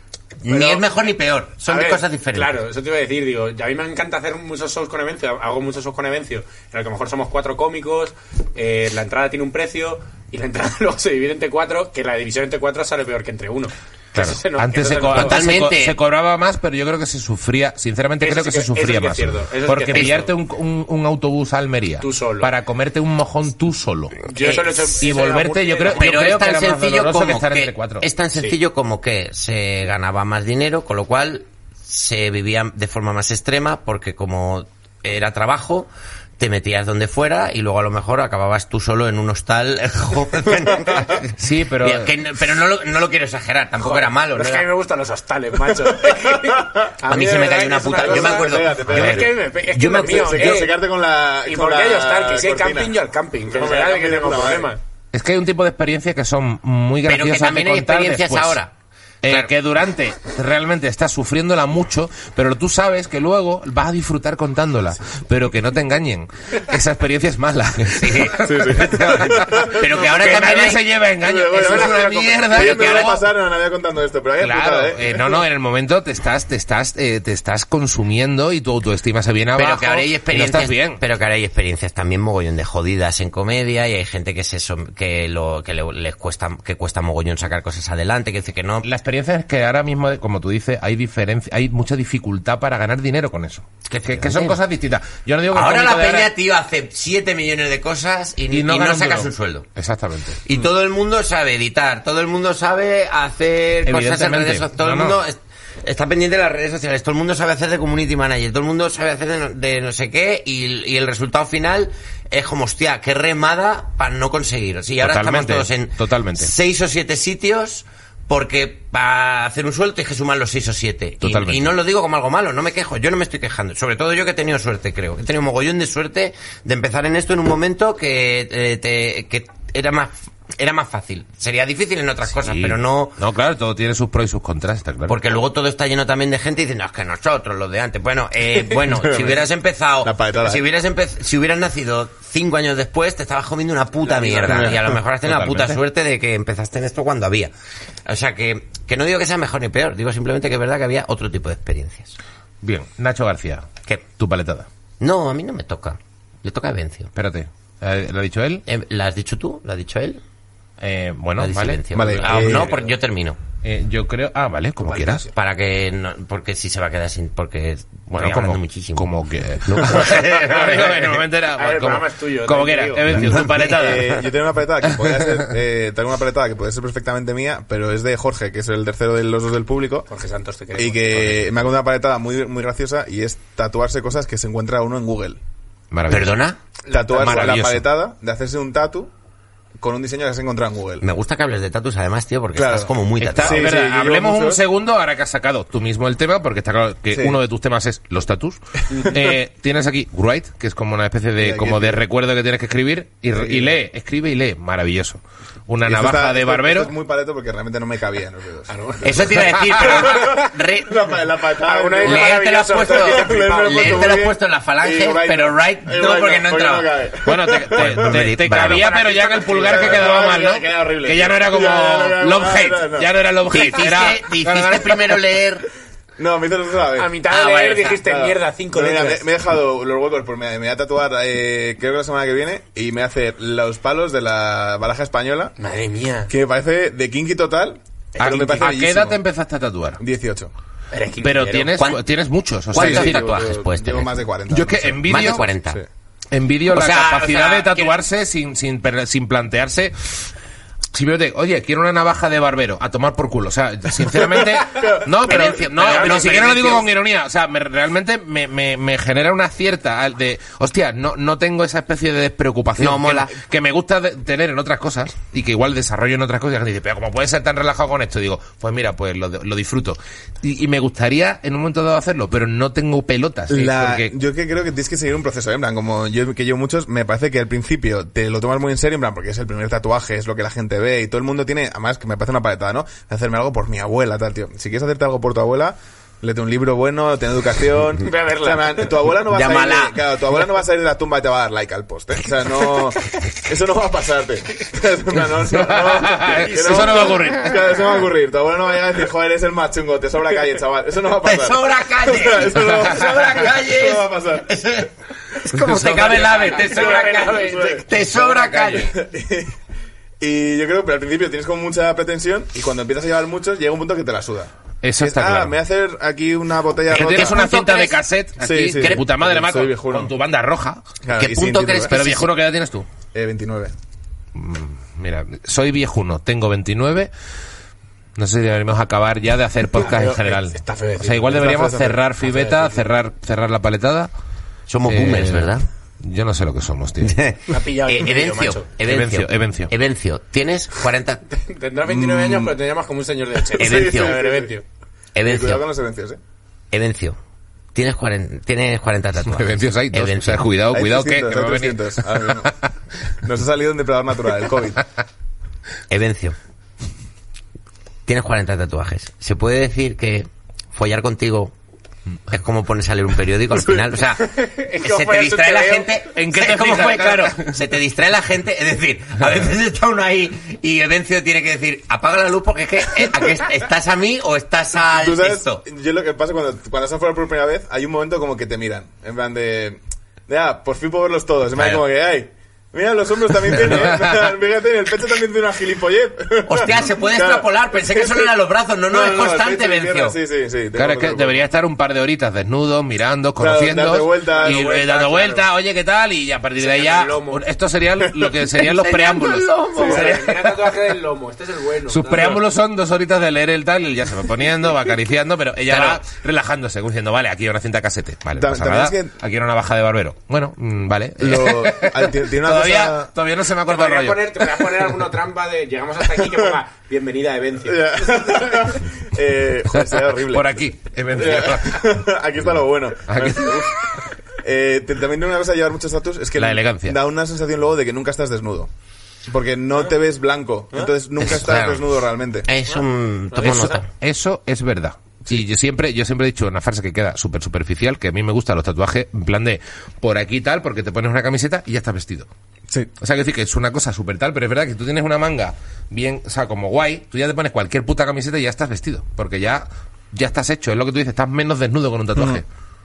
Ni es mejor ni peor, son A de ver, cosas diferentes. Claro, eso te iba a decir, digo, a mí me encanta hacer muchos shows con Evencio, hago muchos shows con Evencio, en el que a lo mejor somos cuatro cómicos, eh, la entrada tiene un precio y la entrada luego se divide entre cuatro, que la división entre cuatro sale peor que entre uno. Claro. Eso se no- Antes, eso se, se co- nota. antes se, co- Totalmente. se cobraba más, pero yo creo que se sufría, sinceramente Eso creo sí que, se que- eso sufría sí que es más. cierto, eso sí que Porque es pillarte cierto. un, un, un autobús a Almería Tú solo. para comerte un mojón tú solo Yo eso lo he hecho- y eso era volverte, yo Murcia, creo, era- yo Pero creo es que tan era más sencillo doloroso que como estar que entre cuatro. es tan sencillo como que se ganaba más dinero, con lo cual se vivía de forma más extrema, porque como era trabajo, te metías donde fuera y luego a lo mejor acababas tú solo en un hostal. Sí, pero Mira, que no- pero no lo, no lo quiero exagerar, tampoco Joder, era malo. pero ¿no? es que a mí Era- me gustan los hostales, macho. A mí de se me verdad cayó que una es puta- cosa- yo me acuerdo- Pégate, yo Pero pégate. es que, me, es que Yo lo me mío, Se eh. quiere secarte con la. ¿Y con por qué hay la hostal? Que si hay cortina. camping, yo al camping. Que No, no me será de cago que en tengo la madre. problemas. es que hay un tipo de experiencias que son muy Pero graciosas que también de hay contar experiencias después. ahora. Eh, Claro. que durante realmente estás sufriéndola mucho, pero tú sabes que luego vas a disfrutar contándola, pero que no te engañen. Esa experiencia es mala. Pero que ahora que también nadie hay- se lleve a engaño. Bueno, Eso bueno, es una bueno, mierda. Oye, que que ahora luego- pasaron a nadie contando esto, pero hay Claro, putada, eh, no, no, en el momento te estás, te estás, eh, te estás consumiendo y tu autoestima se viene abajo. Pero que ahora hay y no experiencias, estás bien. pero que ahora hay experiencias también mogollón de jodidas en comedia y hay gente que se som- que lo que le- les cuesta que cuesta mogollón sacar cosas adelante, que dice que no. La experiencia es que ahora mismo, como tú dices, hay diferencia, hay mucha dificultad para ganar dinero con eso. Que, que, que son cosas distintas. Yo no digo que el Ahora la cómico de peña, ahora- tío, hace siete millones de cosas y, y no, gana sacas duro. un sueldo. Exactamente. Y todo el mundo sabe editar, todo el mundo sabe hacer cosas en Evidentemente. redes sociales, todo el No, no. mundo es- está pendiente de las redes sociales, todo el mundo sabe hacer de community manager, todo el mundo sabe hacer de no, de no sé qué y, y el resultado final es como, hostia, qué remada para no conseguir. Sí, ahora Totalmente, estamos todos en totalmente. seis o siete sitios porque para hacer un sueldo tienes que sumar los seis o siete. Y, Totalmente. y no lo digo como algo malo, no me quejo, yo no me estoy quejando. Sobre todo yo que he tenido suerte, creo. He tenido mogollón de suerte de empezar en esto en un momento que, eh, te- que era más era más fácil. Sería difícil en otras cosas, Sí. pero no... No, claro, todo tiene sus pros y sus contras, está claro. Porque luego todo está lleno también de gente diciendo, es que nosotros, los de antes. Bueno, eh, bueno, si hubieras empezado, La paletada, si eh. hubieras empe- si hubieras nacido cinco años después, te estabas comiendo una puta mierda. Y a lo mejor has tenido la puta Totalmente. suerte de que empezaste en esto cuando había. O sea que, que no digo que sea mejor ni peor, digo simplemente que es verdad que había otro tipo de experiencias. Bien, Nacho García, ¿Qué? tu paletada. No, a mí no me toca. Le toca a Vencio. Espérate, eh, ¿lo ha dicho él? Eh, ¿La has dicho tú? ¿La ha dicho él? Eh, bueno, La dice vale. Vencio. Vale, Ah, eh, no, porque yo termino. Eh, yo creo... Ah, vale, como Vale, quieras. Para que no, porque si se va a quedar sin, porque Bueno, estoy como, hablando muchísimo. como que... en el momento era... A ver, el como, programa es tuyo, como te quieras, digo. Evencio, tu paletada. Eh, yo tengo una paletada que podría ser, eh, tengo una paletada que puede ser perfectamente mía, pero es de Jorge, que es el tercero de los dos del público. Jorge Santos, te queremos. Y que me ha contado una paletada muy, muy graciosa y es tatuarse cosas que se encuentra uno en Google. Maravilloso. ¿Perdona? Tatuarse la Maravilloso. paletada de hacerse un tatu con un diseño que se encuentra en Google. Me gusta que hables de tatus además, tío, porque Claro. estás como muy Está- tatuado. Sí, es verdad, sí, yo llevo hablemos un muchos. segundo ahora que has sacado tú mismo el tema, porque está claro que Sí. uno de tus temas es los tatus. Eh, tienes aquí write, que es como una especie Sí, de aquí como de está. recuerdo que tienes que escribir y, Sí. y lee, escribe y lee, maravilloso. Una Y esto navaja está- de esto- barbero. esto es muy paleto porque realmente no me cabía en los dedos. Eso te iba a decir, pero re- La, pa- la paletada. Alguna vez leer te lo has maravilloso, puesto, esto es que te he flipado. leer te lo has muy bien. puesto en la falange, Y right pero no. right Y no, right porque no entraba. cabe. Bueno, te, te, te- te Vale. cabía, pero ya en el pulgar que quedaba mal, ¿no? Queda horrible. Que ya no era como Ya, no, no, no, love no, hate, no, no. ya no era love Te hate, hiciste, era... te hiciste primero leer... No, me hizo eso a la vez. A mitad Ah, de vale, leer o sea, dijiste, Claro. mierda, cinco No, mira, letras. me, me he dejado los huecos, pues me, me voy a tatuar, eh, creo que la semana que viene, y me voy a hacer los palos de la baraja española, Madre mía. que me parece de kinky total, ¿A, pero me parece a qué bellísimo. edad te empezaste a tatuar? dieciocho. Eres Pero quinquillero. tienes, ¿Cuán- tienes muchos, o sea, ¿Cuántos es decir, llevo- tatuajes puedes Llevo tener? más de cuarenta. yo es que no sé. envidio... Más de cuarenta. Sí. Envidio O la sea, capacidad o sea, de tatuarse sin, sin, per- sin plantearse. Simplemente, oye, quiero una navaja de barbero, a tomar por culo. O sea, sinceramente, no, pero, Prevención, no, pero ni no, siquiera lo digo prevención. con ironía. O sea, me, realmente me, me, me genera una cierta al de, hostia, no, no tengo esa especie de despreocupación No, que- mola. que, me gusta de- tener en otras cosas y que igual desarrollo en otras cosas. Y la gente dice, pero ¿cómo puedes ser tan relajado con esto? Y digo, pues mira, pues lo, lo disfruto. Y, y me gustaría en un momento dado hacerlo, pero no tengo pelotas. ¿eh? La- Porque- Yo que creo que tienes que seguir un proceso, ¿eh? En plan, como yo que llevo muchos, me parece que al principio te lo tomas muy en serio, en plan, porque es el primer tatuaje, es lo que la gente ve y todo el mundo tiene, además que me parece una paletada, ¿no? Hacerme algo por mi abuela, tal, tío. Si quieres hacerte algo por tu abuela, Léete un libro bueno, ten educación. Ve a verla. O sea, man, tu abuela no va a salir Llámala. de, claro, tu abuela no va a salir de la tumba y te va a dar like al post, ¿eh? O sea, no, eso no va a pasarte. No, no, no, no, que Eso no va a ocurrir. Claro, eso no va a ocurrir. Tu abuela no va a llegar a decir, joder, eres el más chungo, te sobra calle, chaval. Eso no va a pasar. ¡Te sobra calle! O sea, eso no, ¡Te sobra calle! Eso no va a pasar. Es como te cabe el ave, te sobra calle. Te, te sobra calle. Y yo creo que al principio tienes como mucha pretensión y cuando empiezas a llevar muchos llega un punto que te la suda. Eso Es, está ah, claro. me voy a hacer aquí una botella Que rota. tienes una punto cinta de crees? cassette Sí, aquí, sí. que puta madre, Soy Marco, viejuno. con tu banda roja. Claro, ¿Qué y punto sin crees titular. Pero sí, viejuno, ¿qué edad tienes tú? Eh, veintinueve. Mira, soy viejuno, tengo veintinueve. No sé si deberíamos acabar ya de hacer podcast en general. Está feo O decirlo. sea, igual Está deberíamos feo, está feo. cerrar Está feo Fibeta, decirlo. cerrar, cerrar la paletada. Somos Eh, boomers, ¿verdad? Yo no sé lo que somos, tío. Me ha pillado Eh, el pillo, Evencio, macho. Evencio, Evencio. Evencio, tienes cuarenta... Tendrás veintinueve años, pero te llamas como un señor de ochenta. Evencio. A ver, Evencio. Y cuidado con Evencio, los evencios, ¿eh? Evencio. Tienes cuarenta, tienes cuarenta tatuajes. Evencios hay dos. O Evencio. sea, cuidado, Hay cuidado, que, trescientos, que va a hay venir. trescientos, ahora mismo. Nos ha salido un depredador natural, el COVID. Evencio. Tienes cuarenta tatuajes. ¿Se puede decir que follar contigo es como ponerse a leer un periódico al final? O sea, como se te follar distrae tu la T V O. gente. ¿En qué ¿Sabes te cómo fijas? fue? Claro. Claro, se te distrae la gente. Es decir, a veces está uno ahí y Evencio tiene que decir, apaga la luz porque es que, eh, ¿a qué est- ¿estás a mí o estás al Tú sabes, esto? yo lo que pasa cuando, cuando estás fuera por primera vez, hay un momento como que te miran. En plan de. de ah, por fin puedo verlos todos. En plan Claro. como que, ay. Mira, los hombros también tienen, ¿eh? Fíjate, en el pecho también tiene una gilipollez. Hostia, se puede Claro. extrapolar. Pensé que solo eran los brazos. No, no, es el constante, pecho y Evencio. piernas, Sí, sí, sí. Claro, es que debería estar un par de horitas desnudos, mirando, Claro, conociendo, dando vueltas, y dando eh, vueltas, dando claro. vueltas, oye, ¿qué tal? Y a partir de ahí ya, Enseñando el lomo. esto sería lo que serían los Enseñando preámbulos. el lomo. Sí, mira el tatuaje del lomo. Este es el bueno. Sus Tal. preámbulos son dos horitas de leer el tal, y él ya se va poniendo, va acariciando, pero ella Claro. va relajándose, como diciendo, vale, aquí hay una cinta casete, vale, Ta- no pasa también nada, es que- aquí hay una navaja de barbero. Bueno, mm, vale. Lo- al- tiene tiene una todavía, cosa. todavía no se me ha Te cortado el podrías rollo. poner, te podrías poner alguna trampa de llegamos hasta aquí que ponga bienvenida a Evencio. eh, joder, sería horrible. Por aquí. Aquí está lo bueno. Aquí. Eh, te- también tiene una cosa de llevar muchos tatuajes es que La elegancia. da una sensación luego de que nunca estás desnudo. Porque no te ves blanco. Entonces nunca Eso, estás claro. desnudo realmente. Es un... Tomo Eso, nota. eso es verdad. Y yo siempre, yo siempre he dicho una frase que queda súper superficial, que a mí me gustan los tatuajes en plan de por aquí tal, porque te pones una camiseta y ya estás vestido. Sí. O sea, que decir que es una cosa súper tal, pero es verdad que tú tienes una manga bien, o sea, como guay, tú ya te pones cualquier puta camiseta y ya estás vestido, porque ya, ya estás hecho, es lo que tú dices, estás menos desnudo con un tatuaje.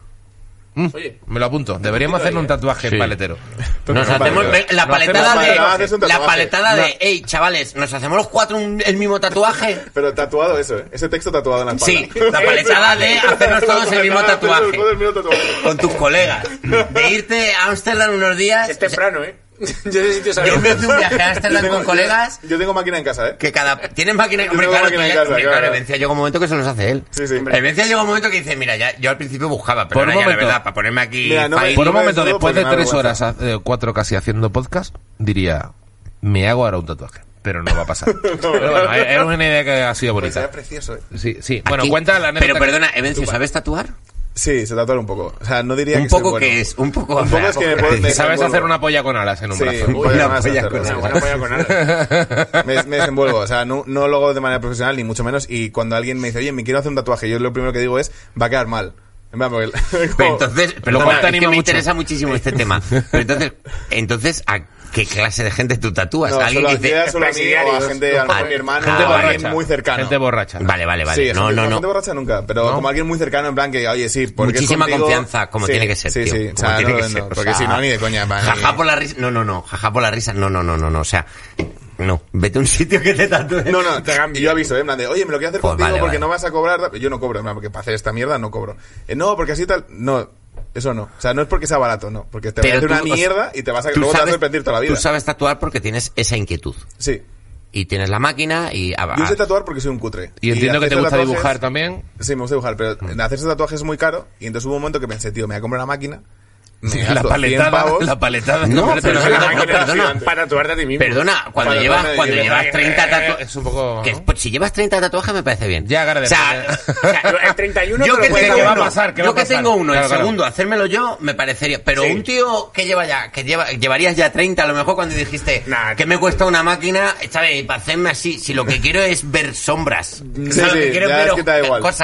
Mm, Oye. me lo apunto. Deberíamos hacerle un tatuaje Sí. en paletero. Nos Vale, hacemos vale. la Nos paletada hacemos- de... vale, haces un La tatuaje. paletada de... Ey, chavales, ¿nos hacemos los cuatro un- el mismo tatuaje? Pero tatuado eso, ¿eh? Ese texto tatuado en la espalda. Sí, la paletada de hacernos todos el mismo tatuaje. Todos el mismo tatuaje. Con tus colegas. De irte a Ámsterdam unos días... Es temprano, ¿eh? Yo necesito saber. Yo me hice un viaje a Ámsterdam con colegas... Yo tengo máquina en casa, ¿eh? Que cada... ¿Tienes máquina? Yo Hombre, tengo claro, máquina tú en ya- casa, hombre, claro. claro, Evencia llega un momento que se los hace él. Sí, sí. Evencia llega un momento que dice, mira, ya, yo al principio buscaba, pero Por un ahora ya, la momento. verdad, para ponerme aquí... Mira, no me- fail- Por un me momento, desnudo después porque de me da tres vergüenza. horas, eh, cuatro casi haciendo podcast, diría, me hago ahora un tatuaje. Pero no va a pasar. Pero bueno, es es una idea que ha sido Pues sería bonita. precioso, ¿eh? Sí, sí. Bueno, Aquí- cuenta la anécdota. Pero que- perdona, Evencio, ¿sabes tatuar? Sí, se tatúa un poco. O sea, no diría Un que soy poco bueno. que es, un poco... Un poco es que me puedo- me- ¿Sabes me hacer envuelvo. una polla con alas en un Sí, brazo? un polla Una más polla hacerlo, con sí. Una buena polla con alas. me, me desenvuelvo, o sea, no, no lo hago de manera profesional ni mucho menos. Y cuando alguien me dice, oye, me quiero hacer un tatuaje, yo lo primero que digo es, va a quedar mal. En plan, porque- Pero como- entonces, cual perdona, te es que anima me mucho. interesa muchísimo este tema. Pero entonces, entonces, ¿a qué clase de gente tú tatúas? no, Alguien solo, que dice... ya solo a mí o a presidiarios. gente, a lo mejor Ah, mi hermano, Gente o a borracha. alguien muy cercano. Gente borracha. Vale, vale, vale. Sí, no, gente, no, gente no. borracha nunca, pero No. como alguien muy cercano, en plan que, oye, sí, porque es Muchísima contigo- confianza, como Sí, tiene que ser, sí, tío. sí, Como o sea, tiene no, que no, ser, o porque sea, si no, ni de coña, man, Jaja ni- por la risa... No, no, no. Jaja por la risa. No, no, no, no, no. O sea, no. Vete a un sitio que te tatúes. No, no, y yo aviso, ¿eh? En plan de, oye, me lo quiero hacer Pues contigo vale, porque vale. no vas a cobrar. Yo no cobro, en plan, porque para hacer esta mierda no cobro. Eh, no, porque así tal. No, eso no. O sea, no es porque sea barato, no. Porque te Pero vas a hacer tú, una o sea, mierda y te vas a, tú luego te vas a sabes- arrepentir toda la vida. Tú sabes tatuar porque tienes esa inquietud. Sí. Y tienes la máquina y... ah, Yo sé ah, tatuar porque soy un cutre. Y entiendo que te hacerse gusta tatuajes- dibujar también. Sí, me gusta dibujar, pero hacerse tatuajes es muy caro. Y entonces hubo un momento que pensé, tío, me voy a comprar una máquina. Me La gasto cien paletada, pavos. la paletada. No, me parece pero una no, máquina. no, perdona. Para tatuarte a ti mismo. Perdona, cuando Para llevas, tatuarme, cuando yo- llevas treinta tatuajes... Es un poco... Que, pues, si llevas treinta tatuajes me parece bien. Ya, cara de o sea, polla. o sea, El treinta y uno yo te que lo puedes tengo ¿Qué va a uno, pasar? ¿Qué yo va a que pasar? tengo uno, Claro, el claro. segundo, hacérmelo yo me parecería. Pero Sí. un tío que lleva ya, que lleva, llevarías ya treinta, a lo mejor cuando dijiste Nah, que me cuesta una máquina, ¿sabes? Para hacerme así, si lo que quiero es ver sombras. Sí, ¿sabes? Lo que sí, quiero ya es es ver que te da igual. cosas.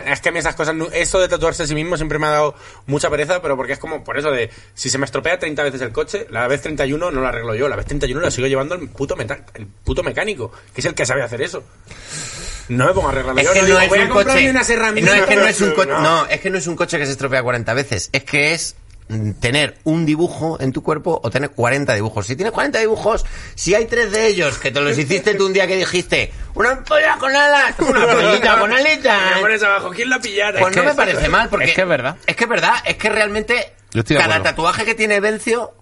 Es que a mí esas cosas, no- eso de tatuarse a sí mismo siempre me ha dado mucha pereza, pero porque es como, por eso de, si se me estropea treinta veces el coche, la vez treinta y uno no la arreglo yo, la vez treinta y uno la sigo llevando el puto, meta- el puto mecánico, que es el que sabe hacer eso. No me pongo a arreglarlo Es yo, que no no digo, es voy a un comprarme coche. unas herramientas. No, es que no es un coche. No. No, es que no es un coche que se estropea cuarenta veces. Es que es mm, tener un dibujo en tu cuerpo o tener cuarenta dibujos. Si tienes cuarenta dibujos, si hay tres de ellos que te los hiciste tú un día que dijiste una polla con alas, una pollita con Me alitas. pones abajo, ¿quién la pillara? Pues Es no que- me parece mal, porque es que es verdad. Es que es verdad, es que realmente Yo estoy de cada acuerdo. tatuaje que tiene Vencio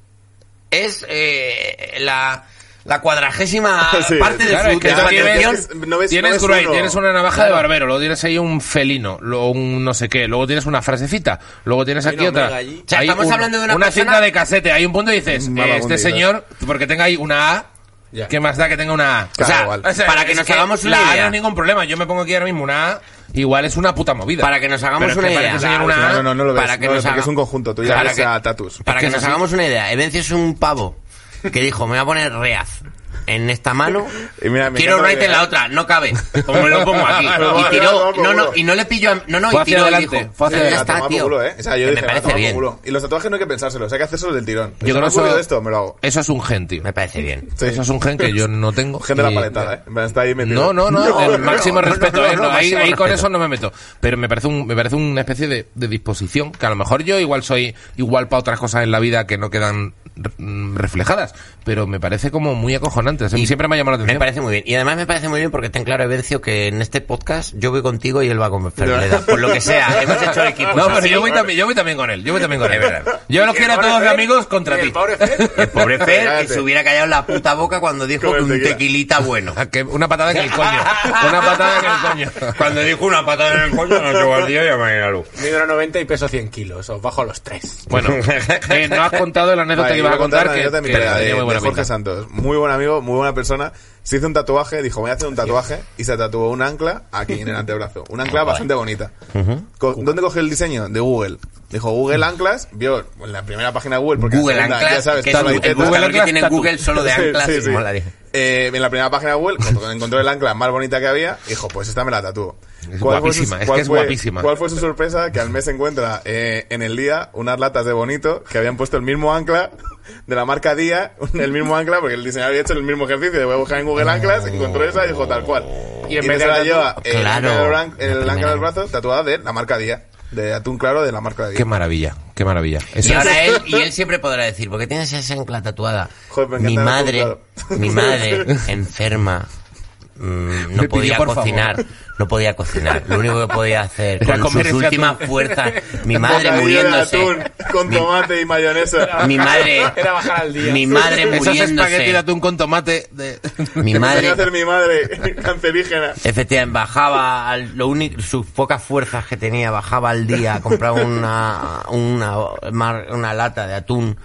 es eh, la, la cuadragésima Sí, parte de Claro, su es que de tú su tienes- atención. es- no ves- tienes, no ves Kurai, uno. tienes una navaja de barbero, luego tienes ahí un felino, luego un no sé qué, luego tienes una frasecita, luego tienes Hay aquí una otra. omega allí. O sea, Hay estamos hablando de una una persona- cinta de casete, hay un punto y dices, Un eh, vagabundo, este y señor, porque tenga ahí una A, Ya. ¿qué más da que tenga una A? Claro, igual. para que es nos hagamos una la A idea. no es ningún problema, yo me pongo aquí ahora mismo una A, igual es una puta movida. Para que nos hagamos Pero es una que para idea. este señor una No, A, no, no, no lo ves. Para que no, nos porque haga- es un conjunto, tú ya Para ves que- a tatus. Para que Es que nos es así. hagamos una idea, Evencio es un pavo que dijo, me voy a poner Reaz en esta mano, Y mira, me quiero encanta Wright en la la idea. otra, no cabe, como me lo pongo aquí. Pero Y va, tiró, va, va, no, no, va. y no le pilló, a- no, no, Fue y hacia tiró y adelante, dijo, fue hacia ya adelante. está, A tomar por tío. culo, ¿eh? O sea, yo Que dije, me a parece tomar por bien. culo. Y los tatuajes no hay que pensárselo, o sea, hay que hacerlo del tirón. Yo Yo creo no eso- puedo de esto, me lo hago. Eso es un gen, tío. Me parece bien. Sí. Eso es un gen que yo no tengo. Gente de y- la paletada, ¿eh? En plan, está ahí metido. No, no, no, No, el no, máximo no, respeto, no, ¿eh? no, No, ahí, máximo ahí con respeto. eso no me meto. Pero me parece un, me parece una especie de, de disposición que a lo mejor yo igual soy igual para otras cosas en la vida que no quedan mm, reflejadas, pero me parece como muy acojonante. O sea, Y siempre me ha llamado la Me atención. parece muy bien. Y además me parece muy bien porque ten claro, Evencio, que en este podcast yo voy contigo y él va con Ferleda. Por lo que sea, hemos hecho el equipo. No, pero así. yo voy también, yo voy también con él. Yo voy también con él. Es verdad. Yo los Y el quiero a pobre todos de Fer, amigos contra y ti. el pobre Fer. El pobre Fer que Cállate. se hubiera callado en la puta boca cuando dijo Como que el un tequila. tequilita bueno. Ah, que una patada en el coño. Una patada en el coño. Cuando dijo una patada en el coño, no llegó al día y ya me la luz. Mido uno noventa y peso cien kilos, os bajo a los tres. Bueno, eh, no has contado la anécdota Vale, que ibas a voy contar, la que, anécdota de mi que colega, de, tenía muy de buena Jorge pinta. Santos. Muy buen amigo, muy buena persona. Se hizo un tatuaje, dijo, voy a hacer un tatuaje, y se tatuó un ancla aquí en el antebrazo. Un ancla bastante bonita. Co- ¿Dónde cogió el diseño? De Google. Dijo Google Anclas, vio en la primera página de Google, porque Google la segunda, Anclas, ya sabes, que es toda la el etiqueta. buscador que Anclas tiene Tattoo. Google solo de Sí, anclas. sí, y sí. mola, dije. Eh, en la primera página de Google, cuando encontró el ancla más bonita que había, dijo, pues esta me la tatúo. Es ¿Cuál fue guapísima, su- es cuál que es fue- guapísima. ¿Cuál fue su sorpresa? Que al mes se encuentra eh, en el día unas latas de Bonito que habían puesto el mismo ancla de la marca Día, el mismo ancla, porque el diseñador había hecho el mismo ejercicio de voy a buscar en Google anclas, encontró esa y dijo tal cual. Y en Y vez entonces de la tatu- lleva eh, Claro, en el, la an- en el primera ancla del vez. brazo tatuada de la marca Día, de atún claro de la marca Día. Qué maravilla, qué maravilla. Y Eso es- ahora él, y él siempre podrá decir, ¿por qué tienes esa ancla tatuada? Joder, me Mi encanta el madre, atún claro. mi madre, enferma, mm, Me no pidió, podía por cocinar, favor. no podía cocinar. Lo único que podía hacer Era con comer sus ese últimas atún. fuerzas, mi madre Bocadillo de muriéndose. atún con Mi- tomate y mayonesa. Mi madre, Era bajar al día. mi madre Esos espaguetis de muriéndose. atún con tomate de... Mi Que me madre, enseñó a hacer mi madre cancerígena. efectivamente, bajaba, al- lo único, sus pocas fuerzas que tenía, bajaba al día, compraba una, una, mar- una lata de atún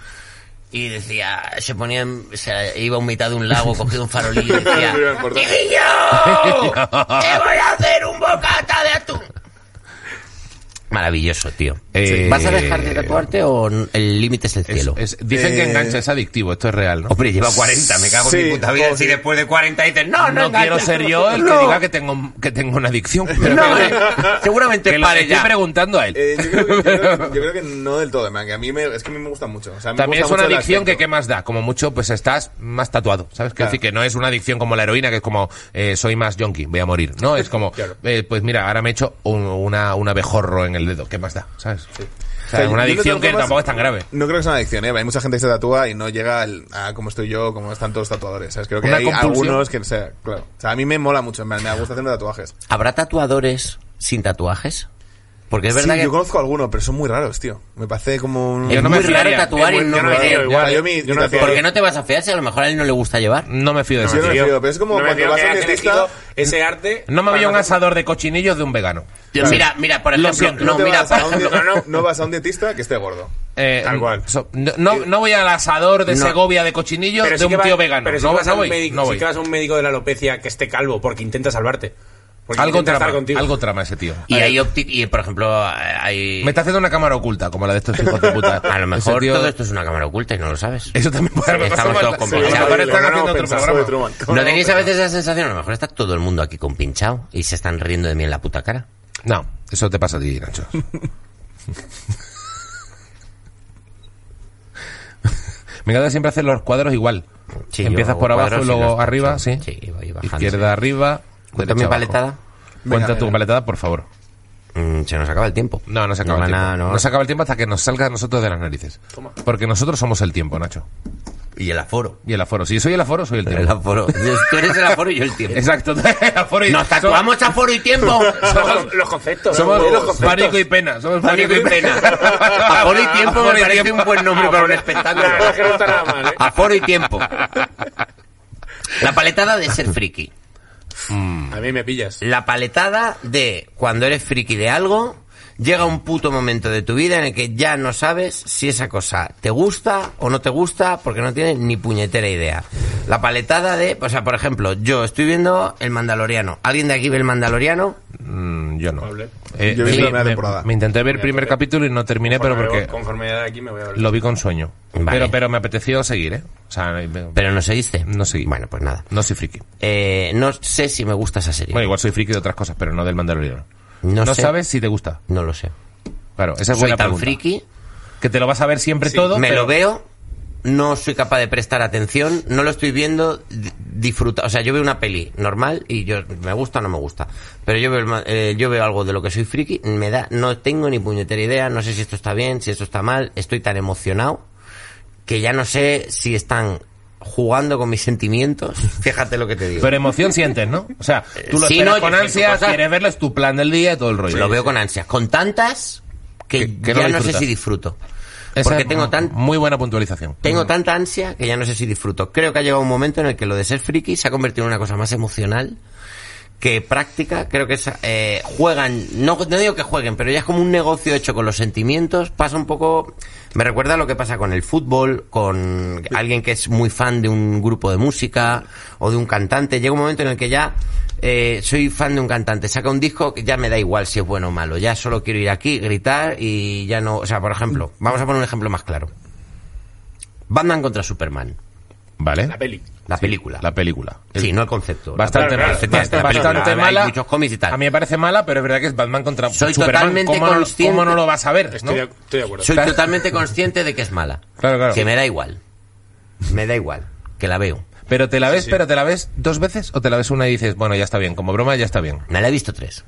y decía, se ponía, en- se iba a mitad de un lago, cogía un farolillo y decía, Muy importante. ¡Niño! ¡Te voy a hacer un bocata de atún! Maravilloso, tío. Eh, ¿Vas a dejar de tatuarte o n- el límite es el Es- cielo? es- dicen que Eh, engancha, es adictivo, esto es real, ¿no? Hombre, lleva cuarenta, me cago en Sí, mi puta vida. oh, Si sí. después de cuarenta dices, no, no, No engancha". quiero ser yo el que No. diga que tengo, que tengo una adicción. Pero No, que- eh, seguramente que lo pare estoy ya. preguntando a él. Eh, yo, creo que, yo, creo, yo creo que no del todo, man, que a mí me, es que a mí me gustan mucho. O sea, me También es gusta una mucho el adicción que aspecto. qué más da, como mucho pues estás más tatuado, ¿sabes? Quiero Claro. decir que no es una adicción como la heroína, que es como eh, soy más yonki, voy a morir, no, es como Claro. eh, pues mira, ahora me he hecho un, una, un abejorro en el dedo, ¿qué más da? ¿Sabes? O sea, O sea, una yo de adicción todas que formas, tampoco es tan grave. No creo que sea una adicción, ¿eh? Hay mucha gente que se tatúa y no llega al- a como estoy yo, como están todos los tatuadores. ¿Sabes? Creo que Una hay compulsión. algunos que, o sea, claro. O sea, a mí me mola mucho, me, me gusta hacerme tatuajes. ¿Habrá tatuadores sin tatuajes? Porque es verdad sí, que yo conozco algunos, pero son muy raros, tío. Me parece como un... es Yo no me muy raro fiaría. tatuar y Es muy- no yo no me querer. fío igual. Ah, yo mi- Yo no mi me fío. ¿Por qué no te vas a fiar si a lo mejor a él no le gusta llevar? No me fío de Yo eso. no me tío. fío, pero es como No me cuando fío vas que a un hayas dentista... elegido ese arte. No me había un para asador de cochinillos de un vegano. Yo- Mira, mira, por Lo ejemplo, siento, no, te mira, vas a un, por- no, no, no vas a un dietista que esté gordo. Eh, Tal cual. so- no, no, no voy al asador de No. Segovia de cochinillos Pero de sí un que va- tío vegano. Pero sí no, que vas a no un voy, médico, no sí voy. que vas a un médico de la alopecia que esté calvo porque intenta salvarte. Porque Algo intenta estar trama, contigo. algo trama ese tío. y hay opti- y por ejemplo, hay... Me está haciendo una cámara oculta, como la de estos hijos de puta. A lo Ese mejor tío- todo esto es una cámara oculta y no lo sabes. Eso también puede haber Estamos pasado. todos Sí, compinchados. a lo mejor Sí, están no, no, haciendo otro pensado programa. de Truman. ¿No tenéis a veces esa sensación? A lo mejor está todo el mundo aquí compinchado y se están riendo de mí en la puta cara. No, eso te pasa a ti, Nacho. Me encanta siempre hacer los cuadros igual. Sí, Empiezas yo por abajo, cuadros y luego los- arriba, sí, sí. sí, voy bajando, Izquierda sí. arriba, ¿Cuenta mi derecha paletada? abajo. Cuenta Venga, tu venga. paletada, por favor. Mm, se nos acaba el tiempo. No, no se acaba el van tiempo. a- No. no. se acaba el tiempo hasta que nos salga a nosotros de las narices. Toma. Porque nosotros somos el tiempo, Nacho. Y el aforo. Y el aforo. Si yo soy el aforo, soy el El tiempo. aforo. Tú eres el aforo y yo el tiempo. Exacto. Aforo y- Nos tatuamos aforo y tiempo. Somos los conceptos. Somos ¿no? Los conceptos. pánico y pena. Somos Pánico y pena. Aforo y tiempo Aforo me y parece tiempo. un buen nombre para un espectáculo. La verdad es que no está nada mal, ¿eh? Aforo y tiempo. La paletada de ser friki. A mí me pillas. La paletada de cuando eres friki de algo, llega un puto momento de tu vida en el que ya no sabes si esa cosa te gusta o no te gusta porque no tienes ni puñetera idea. La paletada de, o sea, por ejemplo, yo estoy viendo El Mandaloriano. ¿Alguien de aquí ve El Mandaloriano? Mm, yo no. Hable. Eh, Yo he visto sí, la primera me, temporada. me intenté ver el primer capítulo y no terminé, pero Conforme porque me- Conforme de aquí me voy a ver. lo vi con sueño. Vale. Pero pero me apeteció seguir, ¿eh? O sea, me- Pero no seguiste. No seguí. Bueno, pues nada. no soy friki. Eh, no sé si me gusta esa serie. Bueno, igual soy friki de otras cosas, pero no del Mandaloriano. no No sé. sabes si te gusta. No lo sé. Claro, esa es Soy buena tan pregunta. friki, Que te lo vas a ver siempre todo. me pero- lo veo, no soy capaz de prestar atención, no lo estoy viendo, di- disfruta, o sea, yo veo una peli normal y yo me gusta o no me gusta, pero yo veo, el ma- eh, yo veo algo de lo que soy friki, me da, no tengo ni puñetera idea, no sé si esto está bien, si esto está mal, estoy tan emocionado que ya no sé si están jugando con mis sentimientos, fíjate lo que te digo. Pero emoción sientes, ¿no? O sea, tú lo Sí, esperas no, con yo sé ansia, tu cosa. quieres verlo, es tu plan del día y todo el rollo. lo veo con ansias, con tantas que, Que- que no ya no sé disfrutas. si disfruto. Esa Porque es tengo tan, muy buena puntualización. Tengo tanta ansia que ya no sé si disfruto. Creo que ha llegado un momento en el que lo de ser friki se ha convertido en una cosa más emocional que práctica. Creo que es, eh, juegan, no, no digo que jueguen, pero ya es como un negocio hecho con los sentimientos. Pasa un poco, me recuerda a lo que pasa con el fútbol, con alguien que es muy fan de un grupo de música o de un cantante. Llega un momento en el que ya eh, soy fan de un cantante, saca un disco que ya me da igual si es bueno o malo. Ya solo quiero ir aquí, gritar y ya no... O sea, por ejemplo, vamos a poner un ejemplo más claro. Batman contra Superman. ¿Vale? La peli. La película. La película. Sí, no el concepto. Bastante Claro, mala. claro, efectivamente, la Bastante película. Hay mala. muchos cómics y tal. A mí me parece mala, pero es verdad que es Batman contra Soy Superman. totalmente ¿Cómo, no, consciente- ¿Cómo no lo vas a ver? Estoy, ¿no? de, estoy de acuerdo. Soy totalmente consciente de que es mala. Claro, claro. Que me da igual. Me da igual. Que la veo. Pero te la ves, sí. pero te la ves dos veces o te la ves una y dices, bueno, ya está bien, como broma ya está bien. Me la he visto tres.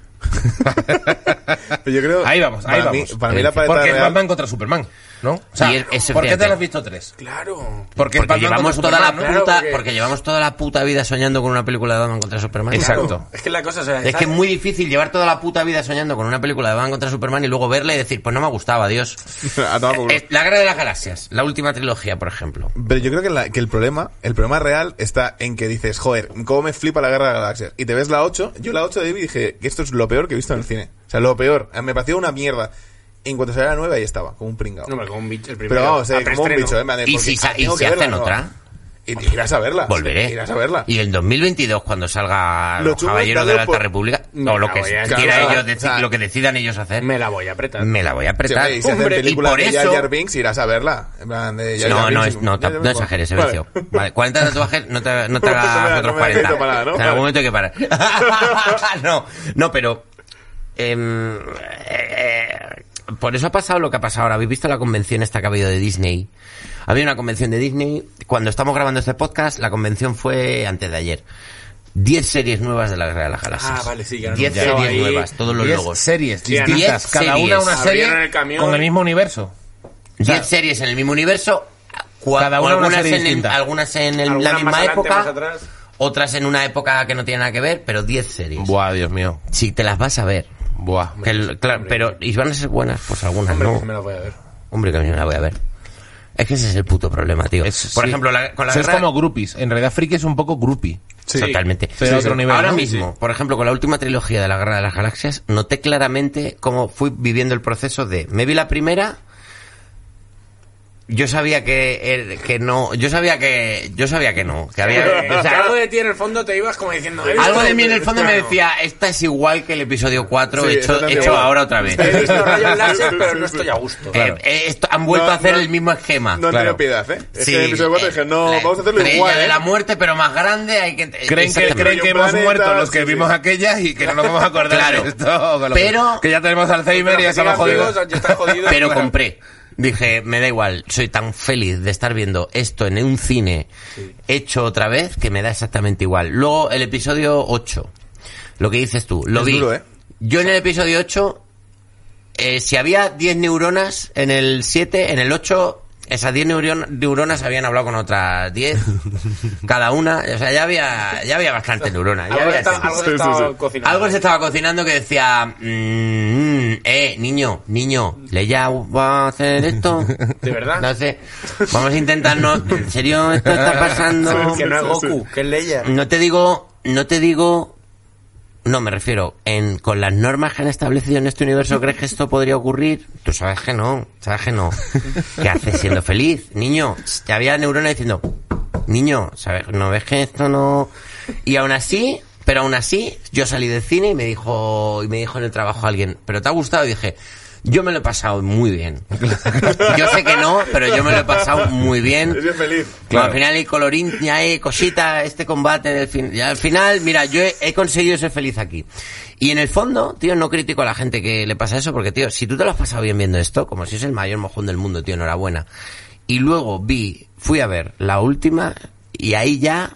Yo creo, Ahí vamos, ahí para mí- vamos. para mí la paleta Porque es real... Batman contra Superman, ¿no? O sea, Y es- es ¿por qué te evidente. la has visto tres? Claro. Porque, es Porque Batman llevamos contra toda la Superman, ¿no? puta, Claro, porque- porque llevamos toda la puta vida soñando con una película de Batman contra Superman. Exacto. Claro. Es que la cosa o sea, Es está- que es muy difícil llevar toda la puta vida soñando con una película de Batman contra Superman y luego verla y decir, pues no me ha gustado, adiós. A tomar por culo. Eh, La Guerra de las Galaxias, la última trilogía, por ejemplo. Pero yo creo que, la- que el problema, el problema real está en que dices, joder, cómo me flipa la Guerra de las Galaxias. Y te ves la ocho, yo la ocho de David dije que esto es lo peor que he visto en el cine. O sea, lo peor. Me pareció una mierda. En cuanto salió la nueva, ahí estaba, como un pringao. No, hombre, como un bicho. El primero. Pero vamos, a eh, como un preestreno. bicho, eh, man, ¿Y porque si sa- y tengo si que verla, hacen ¿no? otra? Y irás a verla. Volveré. Irás a verla. Y el dos mil veintidós, cuando salga Lo Los chungo Caballeros es de la darle Alta por- República, Me o lo la que voy a- quiera claro, ellos o decir, sea, lo que decidan ellos hacer, Me la voy a apretar. me la voy a Sí, apretar. hombre, y si hacen Hombre, y películas por de Jar eso- Jar Binks, irás a verla. En plan de Jar No, Jar no, Binks, es, no, Jar ta- Jar no Binks. exageres, Vale. Sergio. Vale, cuarenta tatuajes, no te, no te No, hagas no me- otros no me cuarenta. necesito parar, ¿no? En algún momento hay que parar. no, no, pero... em, eh, por eso ha pasado lo que ha pasado ahora. ¿Habéis visto la convención esta que ha habido de Disney? Había una convención de Disney. Cuando estamos grabando este podcast, la convención fue antes de ayer. Diez series nuevas de la Guerra de las Galaxias. Ah, vale, sí, que han Diez anunciado series ahí nuevas, todos los Diez logos. series Sí, han- distintas, diez cada una series. una serie Abrieron el camión. con el mismo universo. Diez series en el mismo universo. cua- Cada una una algunas, serie en el- distinta. algunas en el- Algunas la más misma adelante, más época. atrás. Otras en una época que no tiene nada que ver, pero diez series. Buah, Dios mío. Si te las vas a ver. Buah. Que el- claro, pero, ¿y van a ser buenas? Pues algunas Hombre, no. que me la voy a ver. Hombre, que me la voy a ver. Es que ese es el puto problema, tío. Es- Por sí. ejemplo, la- con la Eso es guerra... como groupies. En realidad, Friki es un poco groupie. Sí. Totalmente. Pero a otro nivel, Ahora ¿no? mismo, por ejemplo, con la última trilogía de la Guerra de las Galaxias, noté claramente cómo fui viviendo el proceso de... Me vi la primera yo sabía que, que no, yo sabía que, yo sabía que no, que había, o sea, algo de ti en el fondo te ibas como diciendo... algo de mí en el fondo me decía, esta es igual que el episodio cuatro, Sí, hecho, exactamente hecho igual. ahora otra vez. He visto rayos láser, pero no estoy a gusto. Eh, eh, esto, han vuelto No, a hacer no, el mismo esquema. No han Claro. tenido piedad, ¿eh? Es Sí, que en el episodio cuatro dije, no, la vamos a hacerlo estrella igual, de ¿eh? la muerte, pero más grande, hay que... Creen que, Exactamente. creen que Un hemos planeta, muerto los que sí, sí. vimos aquellas y que no nos vamos a acordar Claro. de esto. con lo Pero- que, que ya tenemos Alzheimer y ya estamos jodidos. Ya está jodido. Pero Claro. compré. Dije, me da igual, soy tan feliz de estar viendo esto en un cine hecho otra vez que me da exactamente igual. Luego, el episodio ocho, lo que dices tú, lo Es vi. duro, ¿eh? Yo en el episodio ocho, eh, si había diez neuronas en el siete, en el ocho, esas diez neuron- neuronas habían hablado con otras diez, cada una, o sea, ya había, ya había bastante neuronas. Ya Algo, había está, sentido. algo se Sí, sí, estaba sí. cocinando. Algo se estaba cocinando que decía, mm, eh, niño, niño, ¿Leia va a hacer esto? ¿De verdad? No sé, vamos a intentar, no, ¿en serio esto está pasando? Que no es Goku, que es Leia. No te digo, no te digo, no, me refiero, en, con las normas que han establecido en este universo, ¿crees que esto podría ocurrir? Tú sabes que no, sabes que no. ¿Qué haces siendo feliz? Niño, ya había neuronas diciendo, niño, ¿sabes? ¿No ves que esto no...? Y aún así, pero aún así, yo salí del cine y me dijo, y me dijo en el trabajo alguien, ¿pero te ha gustado? Y dije, yo me lo he pasado muy bien. Yo sé que no, pero yo me lo he pasado muy bien. Es bien feliz. Claro. Al final hay colorín, ya hay cosita, este combate del fin. Ya al final, mira, yo he, he conseguido ser feliz aquí. Y en el fondo, tío, no critico a la gente que le pasa eso, porque, tío, si tú te lo has pasado bien viendo esto, como si es el mayor mojón del mundo, tío, enhorabuena. Y luego vi, fui a ver la última, y ahí ya,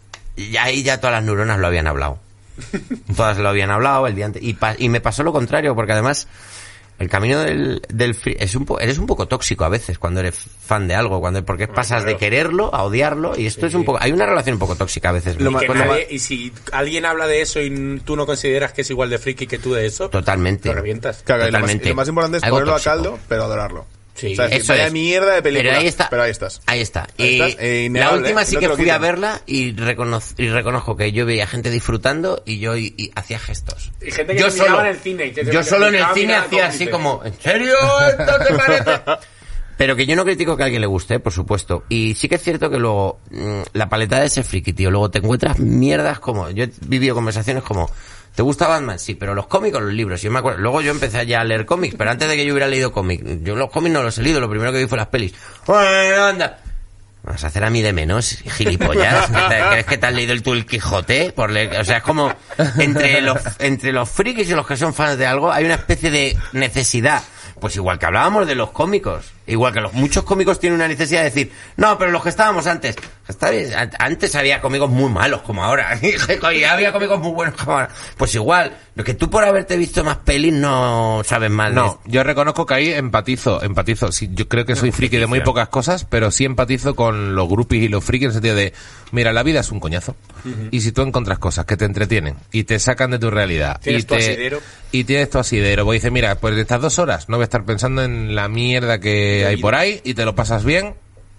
y ahí ya todas las neuronas lo habían hablado. Todas lo habían hablado el día antes. Y, pa- y me pasó lo contrario, porque además, el camino del, del free, es un po, eres un poco tóxico a veces cuando eres fan de algo, cuando porque pasas de quererlo a odiarlo, y esto es un poco, hay una relación un poco tóxica a veces. Y, ¿no? que Cuando nadie- va- y si alguien habla de eso y tú no consideras que es igual de friki que tú de eso, Totalmente. lo revientas. Claro, y lo más, Totalmente. y lo más importante es Algo ponerlo tóxico. a caldo, pero adorarlo. Sí, o sea, es decir, Eso vaya es. mierda de película. Pero ahí está. Pero ahí estás. Ahí está. Ahí Y estás, eh, la innegable, última ¿eh? sí No que te lo fui a quitan. verla y, reconoz- y reconozco que yo veía gente disfrutando y yo y, y hacía gestos. Y gente que yo te miraba solo, en el cine y que te- yo que solo en te el estaba cine mirando hacía así cómplice. como, ¿en serio esto te parece? Pero que yo no critico que a alguien le guste, por supuesto. Y sí que es cierto que luego, mmm, la paleta de ese friki, tío, luego te encuentras mierdas como, yo he vivido conversaciones como, ¿te gusta Batman? Sí, pero los cómics o los libros. Yo me acuerdo, luego yo empecé ya a leer cómics, pero antes de que yo hubiera leído cómics, yo los cómics no los he leído, lo primero que vi fue las pelis. Bueno, anda. ¿Vas a hacer a mí de menos, gilipollas? ¿Que te- ¿Crees que te has leído el tú el Quijote? Por leer- o sea, es como, entre los, entre los frikis y los que son fans de algo, hay una especie de necesidad. Pues igual que hablábamos de los cómicos, igual que los muchos cómicos tienen una necesidad de decir, no, pero los que estábamos antes, está bien, an- antes había cómicos muy malos como ahora, y había cómicos muy buenos como ahora. Pues igual, lo que tú por haberte visto más pelis no sabes más de No, esto. yo reconozco que ahí empatizo, empatizo. Sí, yo creo que soy friki de muy pocas cosas, pero sí empatizo con los groupies y los frikis en el sentido de, mira, la vida es un coñazo. Y si tú encuentras cosas que te entretienen y te sacan de tu realidad Tienes y tu te asidero. y tienes tu asidero, pues dices, mira, pues de estas dos horas no voy a estar pensando en la mierda que hay por ahí y te lo pasas bien,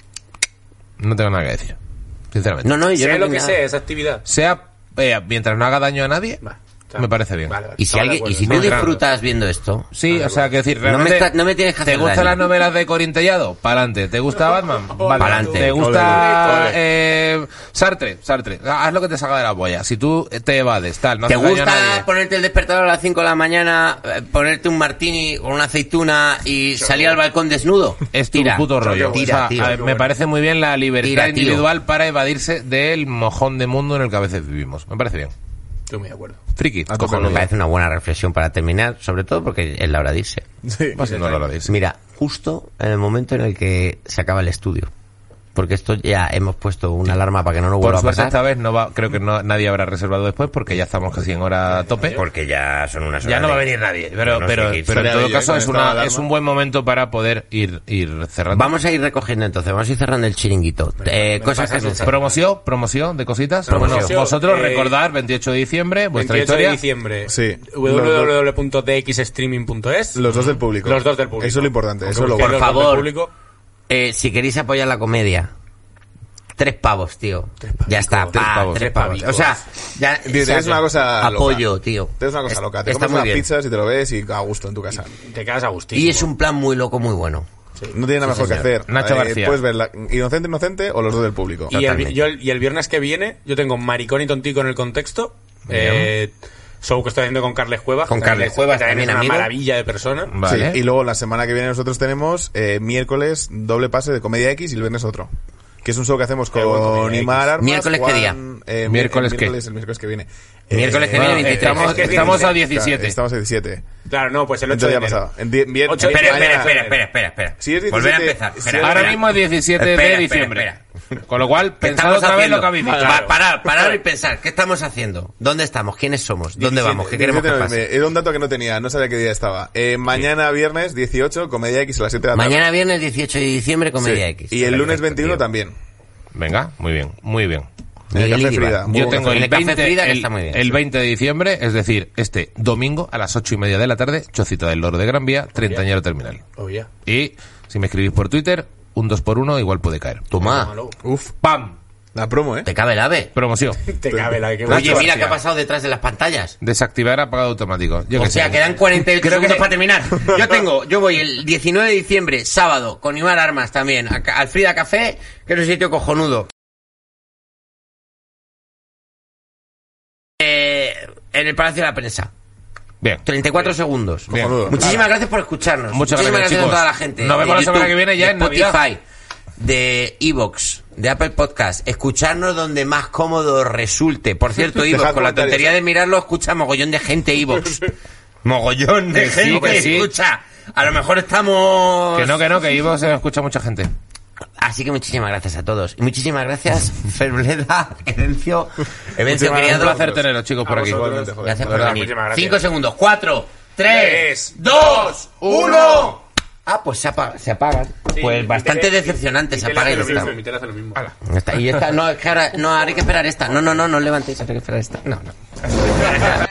no tengo nada que decir, sinceramente. No, no, yo Sé no lo tengo que nada. sea esa actividad. Sea, eh, mientras no haga daño a nadie, Va, está. me parece bien. Vale, vale, Y si estamos de alguien, y acuerdo. si tú Muy grande. disfrutas viendo esto, Sí, o sea, que decir, No me realmente, está- no me tienes que ¿te hacer gustan daño. las novelas de Corintellado? Pa'lante. ¿Te gusta Batman? Vale. Pa'lante. ¿Te gusta Ole, ole. eh, Sartre? Sartre. Haz lo que te salga de la polla. Si tú te evades, tal, no ¿te haces daño a gusta nadie. ponerte el despertador a las cinco de la mañana, eh, ponerte un martini con una aceituna y salir al balcón desnudo? Es tu Tira, puto rollo. Tira, O sea, tío. a ver, me parece muy bien la libertad Tira, tío. individual para evadirse del mojón de mundo en el que a veces vivimos. Me parece bien. Estoy muy de acuerdo. Friki. A tope, cojonudo. Me parece una buena reflexión para terminar, sobre todo porque es la hora de irse. Sí. Pues si no lo dices. Mira, justo en el momento en el que se acaba el estudio. Porque esto ya hemos puesto una alarma para que no nos Por vuelva a suerte pasar. esta vez no va, creo que no, nadie habrá reservado después porque ya estamos casi en hora a tope. Porque ya son unas Ya horas no va a de- venir nadie, pero, No sé pero, qué- pero en Estaría todo bien, caso con es, esta una, alarma. es un buen momento para poder ir, ir cerrando. Vamos a ir recogiendo entonces, vamos a ir cerrando el chiringuito. Eh, me cosas que pasas se- un- Promoción, promoción de cositas. Promoción. Bueno, vosotros Eh, recordar veintiocho de diciembre, vuestra veintiocho historia. de diciembre. Sí. w w w punto d x streaming punto es. Los dos del público. Los dos del público. Eso es lo importante. Eso es lo Aunque bueno. Por los dos del favor. público, Eh, si queréis apoyar la comedia, tres pavos, tío. Ya está, Tres pa, pavos. tres pavos. O sea, ya, Tío, o sea, tienes una cosa apoyo, loca. tío. Tienes una cosa Es- loca. Te está comes muy unas bien. pizzas y te lo ves y a gusto en tu casa. te quedas a gustísimo. Y es un plan muy loco, muy bueno. No tiene nada Sí, mejor que señor. hacer. Nacho Eh, García. Puedes ver la- Inocente, Inocente o los dos del público. Y el, Totalmente. yo el- y el viernes que viene, yo tengo Maricón y Tontico en el contexto. Eh, show que estoy haciendo con Carles Cuevas. Con que también Carles es- Cuevas, que también es también una amigo. maravilla de persona. Vale. Sí, y luego la semana que viene nosotros tenemos eh, miércoles doble pase de Comedia X y el viernes otro. Que es un show que hacemos Pero bueno, con Comedia Imar X. Armas. ¿Miércoles qué Juan, día? eh, ¿Miércoles el qué? miércoles, el miércoles que viene. Miércoles que Eh, viene, Bueno, veintitrés. estamos, Es que es estamos a dieciséis. diecisiete. Estamos a diecisiete. Claro, no, pues el ocho Entonces de ya ha enero. pasado. En die- vier- Ocho de Espera, mañana- espera, espera, espera, espera, espera. Si es Volver a diecisiete, empezar. si Espera, es- Ahora espera. mismo es diecisiete Espera, de espera, diciembre. espera. Con lo cual, ¿Qué pensad estamos otra vez haciendo? lo que habéis dicho. Pa- parar, parar y pensar. ¿Qué estamos haciendo? ¿Dónde estamos? ¿Quiénes somos? ¿Dónde vamos? ¿Qué queremos que diecisiete de pase? noviembre. Era un dato que no tenía, no sabía qué día estaba. Eh, mañana viernes dieciocho, Comedia X a las siete de la tarde. Mañana viernes dieciocho de diciembre, Comedia Sí. X. Y el lunes Perfecto, veintiuno tío. también. Venga, muy bien, muy bien. En el Miguel Café Iribar. Frida. Muy Yo buen tengo café. el En el Café veinte, Frida, que el, está muy bien. el veinte de diciembre, es decir, este domingo a las ocho y media de la tarde, Chocita del Loro de Gran Vía, treintañero terminal. Oh, yeah. Y si me escribís por Twitter, un dos por uno igual puede caer. Toma, Uf, ¡Pam! la promo, ¿eh? te cabe el ave. Promoción. Te cabe la que Oye, Nacho mira qué García. ha pasado detrás de las pantallas. Desactivar apagado automático. Yo O qué sea, sé. quedan cuarenta y ocho Creo segundos que- para terminar. Yo tengo, yo voy el diecinueve de diciembre, sábado, con Imar Armas también, a Ca- al Frida Café, que es un sitio cojonudo. Eh, en el Palacio de la Prensa. Bien. treinta y cuatro segundos. Bien. Muchísimas gracias por escucharnos. Muchas Muchísimas gracias, gracias a chicos. toda la gente. Nos vemos de la semana YouTube, que viene ya de en Navidad. Spotify, de Evox, de Apple Podcast. Escucharnos donde más cómodo resulte. Por cierto, Evox, Dejad con la comentarios, tontería ¿eh? de mirarlo, escucha mogollón de gente Evox. Mogollón de Que sí, gente que sí. escucha. A lo mejor estamos... Que no, que no, que Ivo se escucha mucha gente. Así que muchísimas gracias a todos. Y muchísimas gracias, Ferbleda, Evencio, Evencio Muchísimas Un criado. placer teneros, chicos, por A aquí. vosotros. Igualmente, joder. Gracias De por verdad. venir. Muchísimas gracias. Cinco segundos. Cuatro, tres, Tres, dos, uno. Ah, pues se, apa- se apagan. Sí, Pues mi bastante tele- decepcionante. mi Se tele apaga y hace ya lo está. mismo, mi tele hace lo mismo. Ya está. Y esta, no, es que ahora, no, ahora hay que esperar esta. No, no, no, no levantéis, hay que esperar esta. No, no.